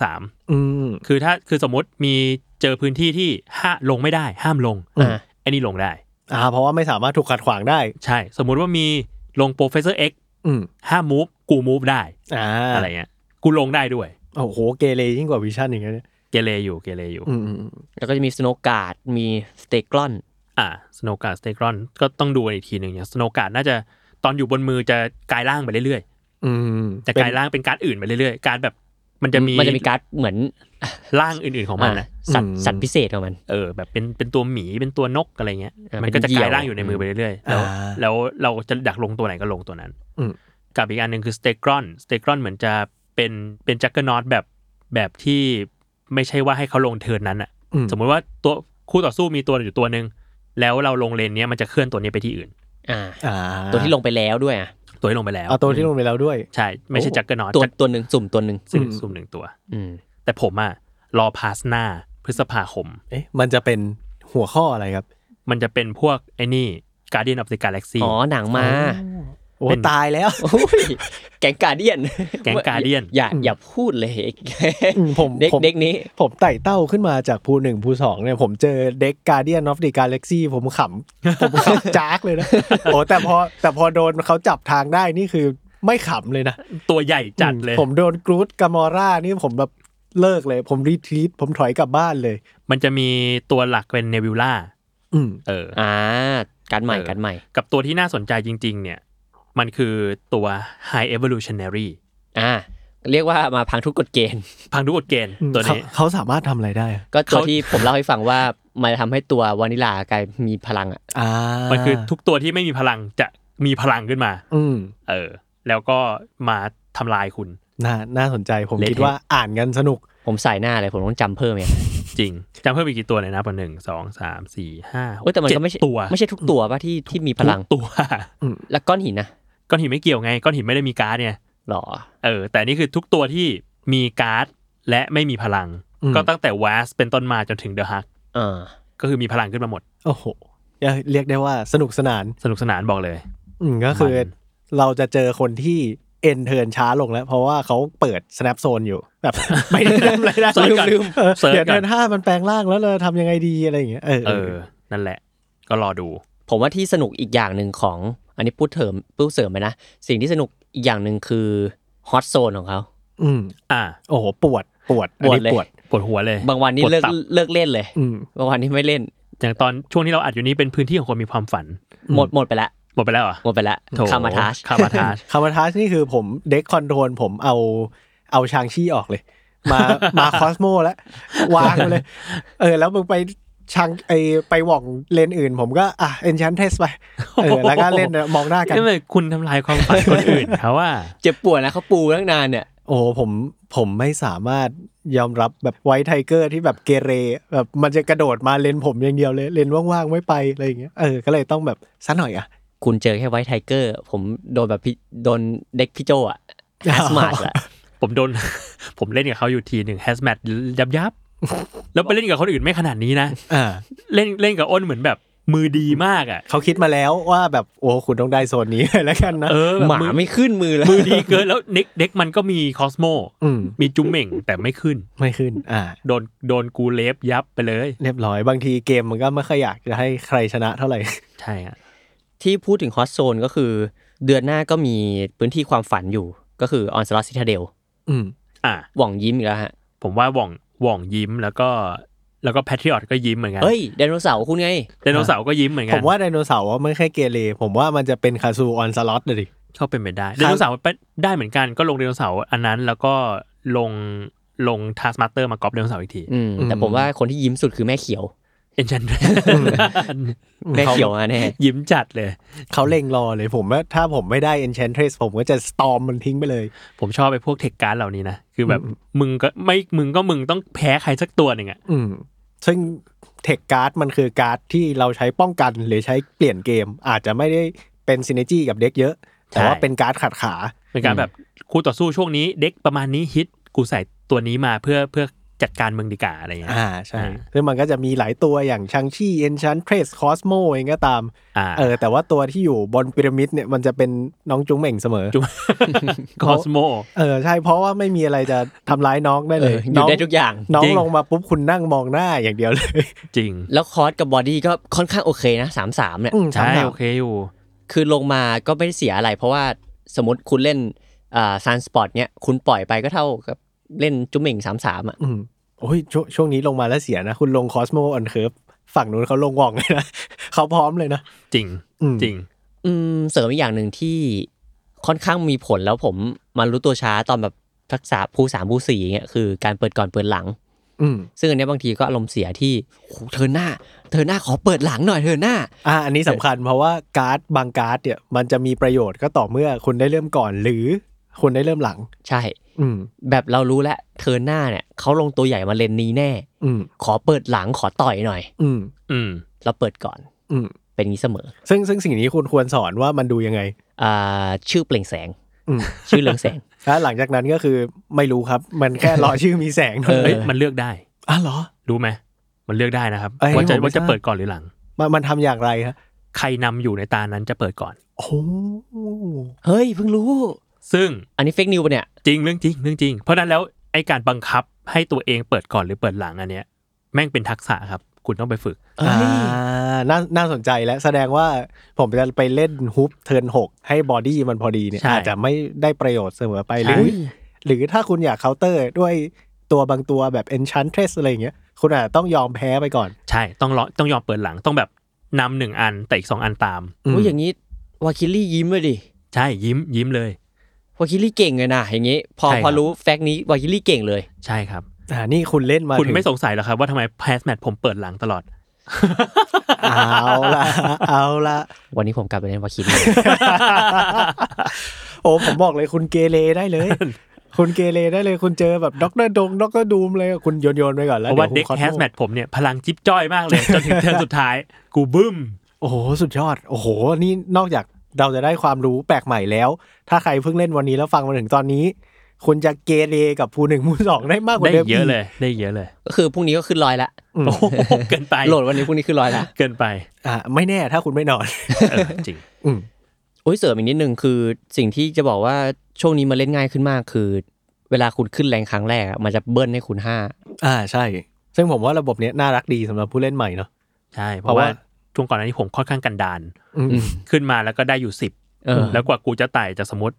3คือสมมติมีเจอพื้นที่ที่ลงไม่ได้ห้ามลงอันนี้ลงได้เพราะว่าไม่สามารถถูกขัดขวางได้ใช่สมมุติว่ามีลง Professor X ห้าม move กู move ได้อะไรเงี้ยกูลงได้ด้วยโอ้โหเกเรยิ่งกว่าวิชั่นอย่างเงี้ยเกเรอยู่แล้วก็จะมีสโนว์การ์ดมีสเตกรอนสโนว์การ์ดสเตกรอนก็ต้องดูอีกทีนึงอย่างสโนว์การ์ดน่าจะตอนอยู่บนมือจะกลายร่างไปเรื่อยๆจะกลายร่างเป็นการ์ดอื่นไปเรื่อยๆการ์ดแบบมันจะมีการ์ดเหมือนร่างอื่นๆของมันนะสัตว์พิเศษของมันแบบเป็นตัวหมีเป็นตัวนกอะไรเงี้ยมันก็จะกลายร่างอยู่ในมือไปเรื่อยๆแล้วเราจะอยากลงตัวไหนก็ลงตัวนั้นกับอีกอันนึงคือสเตกรอนเหมือนจะเป็นจักเกอร์น็อตแบบที่ไม่ใช่ว่าให้เขาลงเทิร์นนั้นอ่ะสมมุติว่าตัวคู่ต่อสู้มีตัวอยู่ตัวนึงแล้วเราลงเลนเนี้ยมันจะเคลื่อนตัวนี้ไปที่อื่นตัวที่ลงไปแล้วด้วยตัวที่ลงไปแล้วตัวที่ลงไปแล้วด้วยใช่ไม่ใช่จักเกอร์น็อตตัวนึงสุ่มตัวนึงสุ่ม1ตัวแต่ผมรอพาสหน้าพฤษภาคมมันจะเป็นหัวข้ออะไรครับมันจะเป็นพวกไอ้นี่ Guardian of the Galaxy หนังมาโอ้ตายแล้วแก๊งการ์เดียนอย่าพูดเลยผมเด็กนี้ผมไต่เต้าขึ้นมาจากภู1ภู2เนี่ยผมเจอเด็ก Guardian of the Galaxy ผมขำจ๊ากเลยนะโอ้แต่พอโดนเขาจับทางได้นี่คือไม่ขำเลยนะตัวใหญ่จัดเลยผมโดนกรูดกามอร่านี่ผมแบบเลิกเลยผมรีทรีตผมถอยกลับบ้านเลยมันจะมีตัวหลักเป็นเนบิวล่าการใหม่กับตัวที่น่าสนใจจริงๆเนี่ยมันคือตัว High Evolutionary เรียกว่ามาพังทุกกฎเกณฑ์ตัวนี้เขาสามารถทำอะไรได้ก็ตัวที่ผมเล่าให้ฟังว่ามันทำให้ตัววานิลากลายมีพลังมันคือทุกตัวที่ไม่มีพลังจะมีพลังขึ้นมาแล้วก็มาทำลายคุณน่าสนใจผมคิดว่าอ่านกันสนุกผมใส่หน้าเลยผมต้องจำเพิ่มไงจริงจำเพิ่มอีกกี่ตัวเลยนะ1 2 3 4 5 แต่มันก็ไม่ใช่ทุกตัวป่ะที่มีพลังตัวแล้วก้อนหินนะก้อนหินไม่เกี่ยวไงก้อนหินไม่ได้มีการ์ดเนี่ยหรอแต่นี่คือทุกตัวที่มีการ์ดและไม่มีพลังก็ตั้งแต่วาสเป็นต้นมาจนถึงเดอะฮักก็คือมีพลังขึ้นมาหมดโอ้โหเรียกได้ว่าสนุกสนานบอกเลยก็คือเราจะเจอคนที่เอ็นเทิร์นช้าลงแล้วเพราะว่าเขาเปิด snap zone อยู่แบบไม่ได้ทำอะไรได้ลืมเดี๋ยวเทิร์น5มันแปลงร่างแล้วเราทำยังไงดีอะไรอย่างเงี้ยนั่นแหละก็รอดูผมว่าที่สนุกอีกอย่างนึงของอันนี้พูดเสริมไปนะสิ่งที่สนุกอีกอย่างนึงคือฮอตโซนของเขาโอ้โหปวดเลยปวดหัวเลยบางวันนี้เลิกเล่นเลยบางวันนี้ไม่เล่นอย่างตอนช่วงที่เราอัดอยู่นี้เป็นพื้นที่ของคนมีความฝันหมดไปแล้วเหรอหมดไปแล้วคามาทัชนี่คือผมเด็กคอนโทรลผมเอาชางชี่ออกเลยมาคอสโมแล้ววางเลยแล้วมึงไปไปหว่องเลนอื่นผมก็Enchantress ไปแล้วก็เล่นมองหน้ากันทำไมคุณทำลายความฝันคนอื่นเขาว่าเจ็บปวดนะเขาปูตั้งนานเนี่ยโอ้ผมไม่สามารถยอมรับแบบไวท์ไทเกอร์ที่แบบเกเรแบบมันจะกระโดดมาเลนผมอย่างเดียวเลยเลนว่างๆไม่ไปอะไรอย่างเงี้ยก็เลยต้องแบบซะหน่อยคุณเจอแค่ไวท์ไทเกอร์ผมโดนแบบโดนเด็กพี่โจแฮสมาร์ทแหละผมเล่นกับเขาอยู่ทีหนึ่งแฮสมาร์ทยับแล้วไปเล่นกับคนอื่นไม่ขนาดนี้นะเล่นกับอ้นเหมือนแบบมือดีมากเขาคิดมาแล้วว่าแบบโอ้คุณต้องได้โซนนี้แล้วกันนะหมาไม่ขึ้นมือแล้วมือดีเกินแล้วเด็กมันก็มีคอสโมมีจุ๊มเหม่งแต่ไม่ขึ้นโดนกูเลฟยับไปเลยเรียบร้อยบางทีเกมมันก็ไม่ค่อยอยากจะให้ใครชนะเท่าไหร่ใช่ฮะที่พูดถึงฮอตโซนก็คือเดือนหน้าก็มีพื้นที่ความฝันอยู่ก็คือ Onslaught Citadel หว่องยิ้มอีกแล้วฮะผมว่าหว่องยิ้มแล้วก็แพทริออตก็ยิ้มเหมือนกันเฮ้ยไดโนเสาร์คุณไงไดโนเสาร์ก็ยิ้มเหมือนกันผมว่าไดโนเสาร์ไม่ใช่เกเรผมว่ามันจะเป็นคาซูออนสล็อตเลยดิชอบเป็นไปได้ไดโนเสาร์ได้เหมือนกันก็ลงไดโนเสาร์อันนั้นแล้วก็ลงทาสมาสเตอร์มาก๊อปไดโนเสาร์อีกทีแต่ผมว่าคนที่ยิ้มสุดคือแม่เขียว Enchantress แม่เขียวแน่ยิ้มจัดเลยเขาเล็งรอเลยผมว่าถ้าผมไม่ได้ Enchantress ผมก็จะสตอร์มมันทิ้งไปเลยผมชอบไปพวกเทคการ์ดเหล่านี้นะคือแบบมึงต้องแพ้ใครสักตัวนึงซึ่งเทคการ์ดมันคือการ์ดที่เราใช้ป้องกันหรือใช้เปลี่ยนเกมอาจจะไม่ได้เป็นซินเนจี้กับเด็กเยอะแต่ว่าเป็นการ์ดขัดขาเป็นการแบบคู่ต่อสู้ช่วงนี้เด็กประมาณนี้ฮิตกูใส่ตัวนี้มาเพื่อจัดการเมืองดีกาอะไรอย่างเงี้ยใช่ซึ่งมันก็จะมีหลายตัวอย่างชังชี่ Enchantress Cosmo เองก็ตามแต่ว่าตัวที่อยู่บนพีระมิดเนี่ยมันจะเป็นน้องจุ๊งเหม่งเสมอ Cosmo ใช่เพราะว่าไม่มีอะไรจะทำร้ายน้องได้เลยอยู่ได้ทุกอย่างน้องลงมาปุ๊บคุณนั่งมองหน้าอย่างเดียวเลยจริงแล้วคอสกับบอดี้ก็ค่อนข้างโอเคนะ 3-3 เนี่ยใช่โอเคอยู่คือลงมาก็ไม่ได้เสียอะไรเพราะว่าสมมติคุณเล่นซันสปอร์ตเนี่ยคุณปล่อยไปก็เท่ากับเล่นจุ๊งเหม่ง 3-3 โอ้ยช่วงนี้ลงมาแล้วเสียนะคุณลงคอสโมออนเคิร์ฟฝั่งนู้นเขาลงว่องเลยนะเขาพร้อมเลยนะจริงเสริมอีกอย่างหนึ่งที่ค่อนข้างมีผลแล้วผมมารู้ตัวช้าตอนแบบทักษะผู้3ผู้4เงี้ยคือการเปิดก่อนเปิดหลังซึ่งอันนี้บางทีก็อารมณ์เสียที่เธอหน้าขอเปิดหลังหน่อยเธอหน้าอันนี้สำคัญเพราะว่าการ์ดบางการ์ดเนี่ยมันจะมีประโยชน์ก็ต่อเมื่อคุณได้เริ่มก่อนหรือคุณได้เริ่มหลังใช่แบบเรารู้แล้วเธอหน้าเนี่ยเขาลงตัวใหญ่มาเลนนี้แน่ขอเปิดหลังขอต่อยหน่อยเราเปิดก่อนเป็นงี้เสมอซึ่งสิ่งนี้คุณควรสอนว่ามันดูยังไงชื่อเปล่งแสงชื่อเรืองแสงแล้วหลังจากนั้นก็คือไม่รู้ครับมันแค่รอชื่อมีแสงมันเลือกได้เหรอรู้ไหมมันเลือกได้นะครับว่าจะเปิดก่อนหรือหลังมันทำอย่างไรครับใครนำอยู่ในตานั้นจะเปิดก่อนโอ้เฮ้ยเพิ่งรู้ซึ่งอันนี้เฟกนิวป่ะเนี่ยจริงเรื่องจริงเพราะนั้นแล้วไอ้การบังคับให้ตัวเองเปิดก่อนหรือเปิดหลังอันเนี้ยแม่งเป็นทักษะครับคุณต้องไปฝึกน่าสนใจแล้วแสดงว่าผมจะไปเล่นฮุบเทิร์น6ให้บอดี้มันพอดีเนี่ยอาจจะไม่ได้ประโยชน์เสมอไปหรือถ้าคุณอยากเคาน์เตอร์ด้วยตัวบางตัวแบบ Enchantress อะไรอย่างเงี้ยคุณอาจจะต้องยอมแพ้ไปก่อนใช่ต้องยอมเปิดหลังต้องแบบนำ1อันแต่อีก2อันตามอย่างนี้วาคิลี่ยิ้มเลยดิใช่ยิ้มเลยวาคิลี่เก่งเลยนะอย่างงี้พอรู้แฟกต์นี้วาคิลี่เก่งเลยใช่ครับนี่คุณเล่นมาคุณไม่สงสัยหรอครับว่าทำไมแพสแมทผมเปิดหลังตลอดเอาละวันนี้ผมกลับไปเล่นวาคิลี่โอ้ผมบอกเลยคุณเกเรได้เลยคุณเกเรได้เลยคุณเจอแบบด็อกเตอร์ดูมเลยคุณโยนไปก่อนแล้วเพราะว่าเด็กแฮสแมทผมเนี่ยพลังจิ๊บจ้อยมากเลยจนถึงเทิร์นสุดท้ายกูบึ้มโอ้โหสุดยอดโอ้โหนี่นอกจากเราจะได้ความรู้แปลกใหม่แล้วถ้าใครเพิ่งเล่นวันนี้แล้วฟังมาถึงตอนนี้คุณจะเกเรกับผู้1ผู้2ได้มากกว่าเดิมได้เยอะเลยก็คือพรุ่งนี้ก็ขึ้น100ละเกินไปโหลดวันนี้พรุ่งนี้ขึ้น100ละเกินไปไม่แน่ถ้าคุณไม่นอนจริงโอ้ยเสริมอีกนิดนึงคือสิ่งที่จะบอกว่าช่วงนี้มาเล่นง่ายขึ้นมากคือเวลาคุณขึ้นแรงครั้งแรกมันจะเบิ้ลให้คุณ5 ใช่ซึ่งผมว่าระบบนี้น่ารักดีสำหรับผู้เล่นใหม่เนาะใช่เพราะว่าช่วงก่อนหน้านี้ผมค่อนข้างกันดารขึ้นมาแล้วก็ได้อยู่10แล้วกว่ากูจะไต่จากสมมติ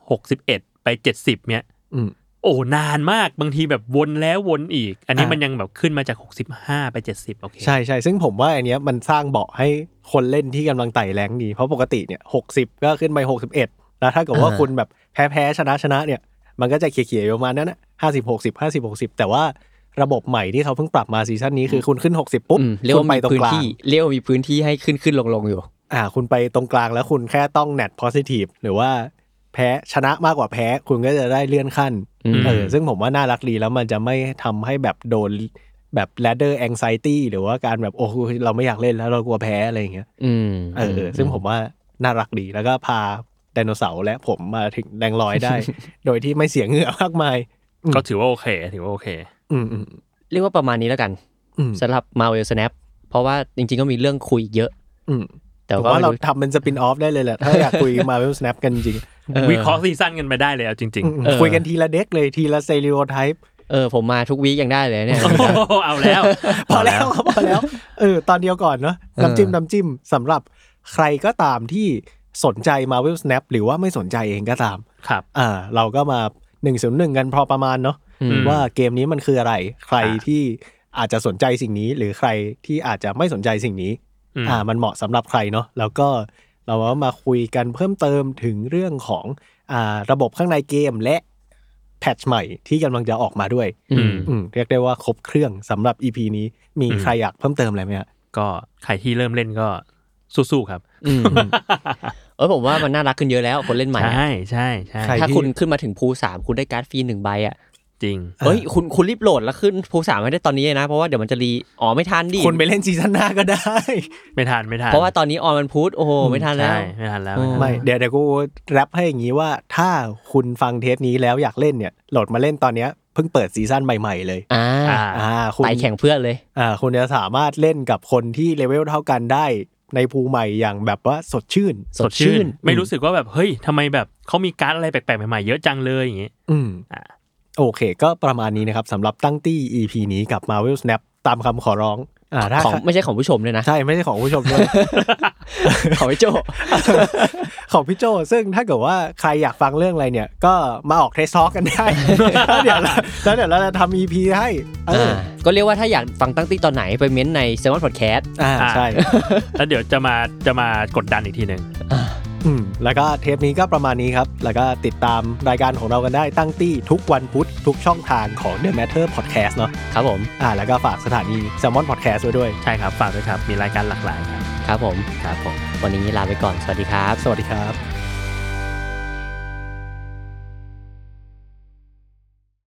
61ไป70เนี่ยโอ้นานมากบางทีแบบวนแล้ววนอีกอันนี้มันยังแบบขึ้นมาจาก65ไป70โอเคใช่ๆซึ่งผมว่าอันเนี้ยมันสร้างเบาะให้คนเล่นที่กำลังไต่แรงดีเพราะปกติเนี่ย60ก็ขึ้นไป61แล้วถ้าเกิดว่าคุณแบบแพ้ๆชนะเนี่ยมันก็จะเขี่ยๆประมาณนั้นน่ะ50 60 50 60แต่ว่าระบบใหม่ที่เขาเพิ่งปรับมาซีซั่นนี้คือคุณขึ้น60ปุ๊บคุณไปตรงกลางเรียกว่ามีพื้นที่ให้ขึ้นลงอยู่คุณไปตรงกลางแล้วคุณแค่ต้อง net positive หรือว่าแพ้ชนะมากกว่าแพ้คุณก็จะได้เลื่อนขั้นซึ่งผมว่าน่ารักดีแล้วมันจะไม่ทำให้แบบโดนแบบ ladder anxiety หรือว่าการแบบโอ้เราไม่อยากเล่นแล้วเรากลัวแพ้อะไรอย่างเงี้ยซึ่งผมว่าน่ารักดีแล้วก็พาไดโนเสาร์และผมมาถึงแรงลอยได้ โดยที่ไม่เสียเหงื่อมากมายก็ถือว่าโอเคเรียกว่าประมาณนี้แล้วกันสำหรับ Marvel Snap เพราะว่าจริงๆก็มีเรื่องคุยเยอะแต่ว่าเราทำเป็นสปินออฟได้เลยแหละถ้าอยากคุย Marvel Snap กันจริงวิเคราะห์ซีซั่นกันไปได้เลยจริงๆคุยกันทีละเด็กเลยทีละเซริโอไทป์ผมมาทุกวีคยังได้เลยเนี่ยเอาแล้วพอแล้วตอนเดียวก่อนเนาะน้ำจิ้มสำหรับใครก็ตามที่สนใจ Marvel Snap หรือว่าไม่สนใจเองก็ตามครับเราก็มา101กันพอประมาณเนาะว่าเกมนี้มันคืออะไรใครที่อาจจะสนใจสิ่งนี้หรือใครที่อาจจะไม่สนใจสิ่งนี้มันเหมาะสำหรับใครเนาะแล้วก็เราก็มาคุยกันเพิ่มเติมถึงเรื่องของระบบข้างในเกมและแพทช์ใหม่ที่กำลังจะออกมาด้วยเรียกได้ว่าครบเครื่องสำหรับ EP นี้มีใครอยากเพิ่มเติมอะไรไหมฮะก็ใครที่เริ่มเล่นก็สู้ๆครับผมว่ามันน่ารักขึ้นเยอะแล้วคนเล่นใหม่ใช่ถ้าคุณขึ้นมาถึงพู3คุณได้การ์ดฟรี1ใบอ่ะจริงคุณรีบโหลดแล้วขึ้นพู3ไม่ได้ตอนนี้นะเพราะว่าเดี๋ยวมันจะรีไม่ทันดิคุณไปเล่นซีซั่นหน้าก็ได้ไม่ทันเพราะว่าตอนนี้มันพุธโอ้โหไม่ทันแล้วไม่ทันแล้วไม่เดี๋ยวกูแรปให้อย่างงี้ว่าถ้าคุณฟังเทปนี้แล้วอยากเล่นเนี่ยโหลดมาเล่นตอนเนี้ยเพิ่งเปิดซีซั่นใหม่ๆเลยคุณไปแข่งเพื่อนเลยคุณจะสามารถเล่นกับคนที่เลเวลเท่ากันได้ในภูใหม่อย่างแบบว่าสดชื่นไม่รู้สึกว่าแบบเฮ้ยทำไมแบบเขามีการ์ดอะไรแปลกๆใหม่ๆเยอะจังเลยอย่างงี้โอเคก็ประมาณนี้นะครับสำหรับตั้งตี้ EP นี้กับ Marvel Snap ตามคำขอร้องไม่ใช่ของผู้ชมด้วยนะใช่ไม่ใช่ของผู้ชมด้วยของพี่โจของพี่โจซึ่งถ้าเกิดว่าใครอยากฟังเรื่องอะไรเนี่ยก็มาออกเทสทอล์กกันได้ แล้วเดี๋ยวเราจะทำ EP ให้ก็เรียกว่าถ้าอยากฟังตั้งตี้ตอนไหนไปเม้นใน Salmon Podcast ใช่แล้วเดี๋ยวจะมากดดันอีกทีนึงแล้วก็เทปนี้ก็ประมาณนี้ครับแล้วก็ติดตามรายการของเรากันได้ตั้งตี้ทุกวันพุธทุกช่องทางของ The Matter Podcast เนาะครับผมแล้วก็ฝากสถานี Salmon Podcast ไว้ด้วยใช่ครับฝากด้วยครับมีรายการหลากหลายครับครับผมครับผมวันนี้ลาไปก่อนสวัสดีครับสวัสดีครับ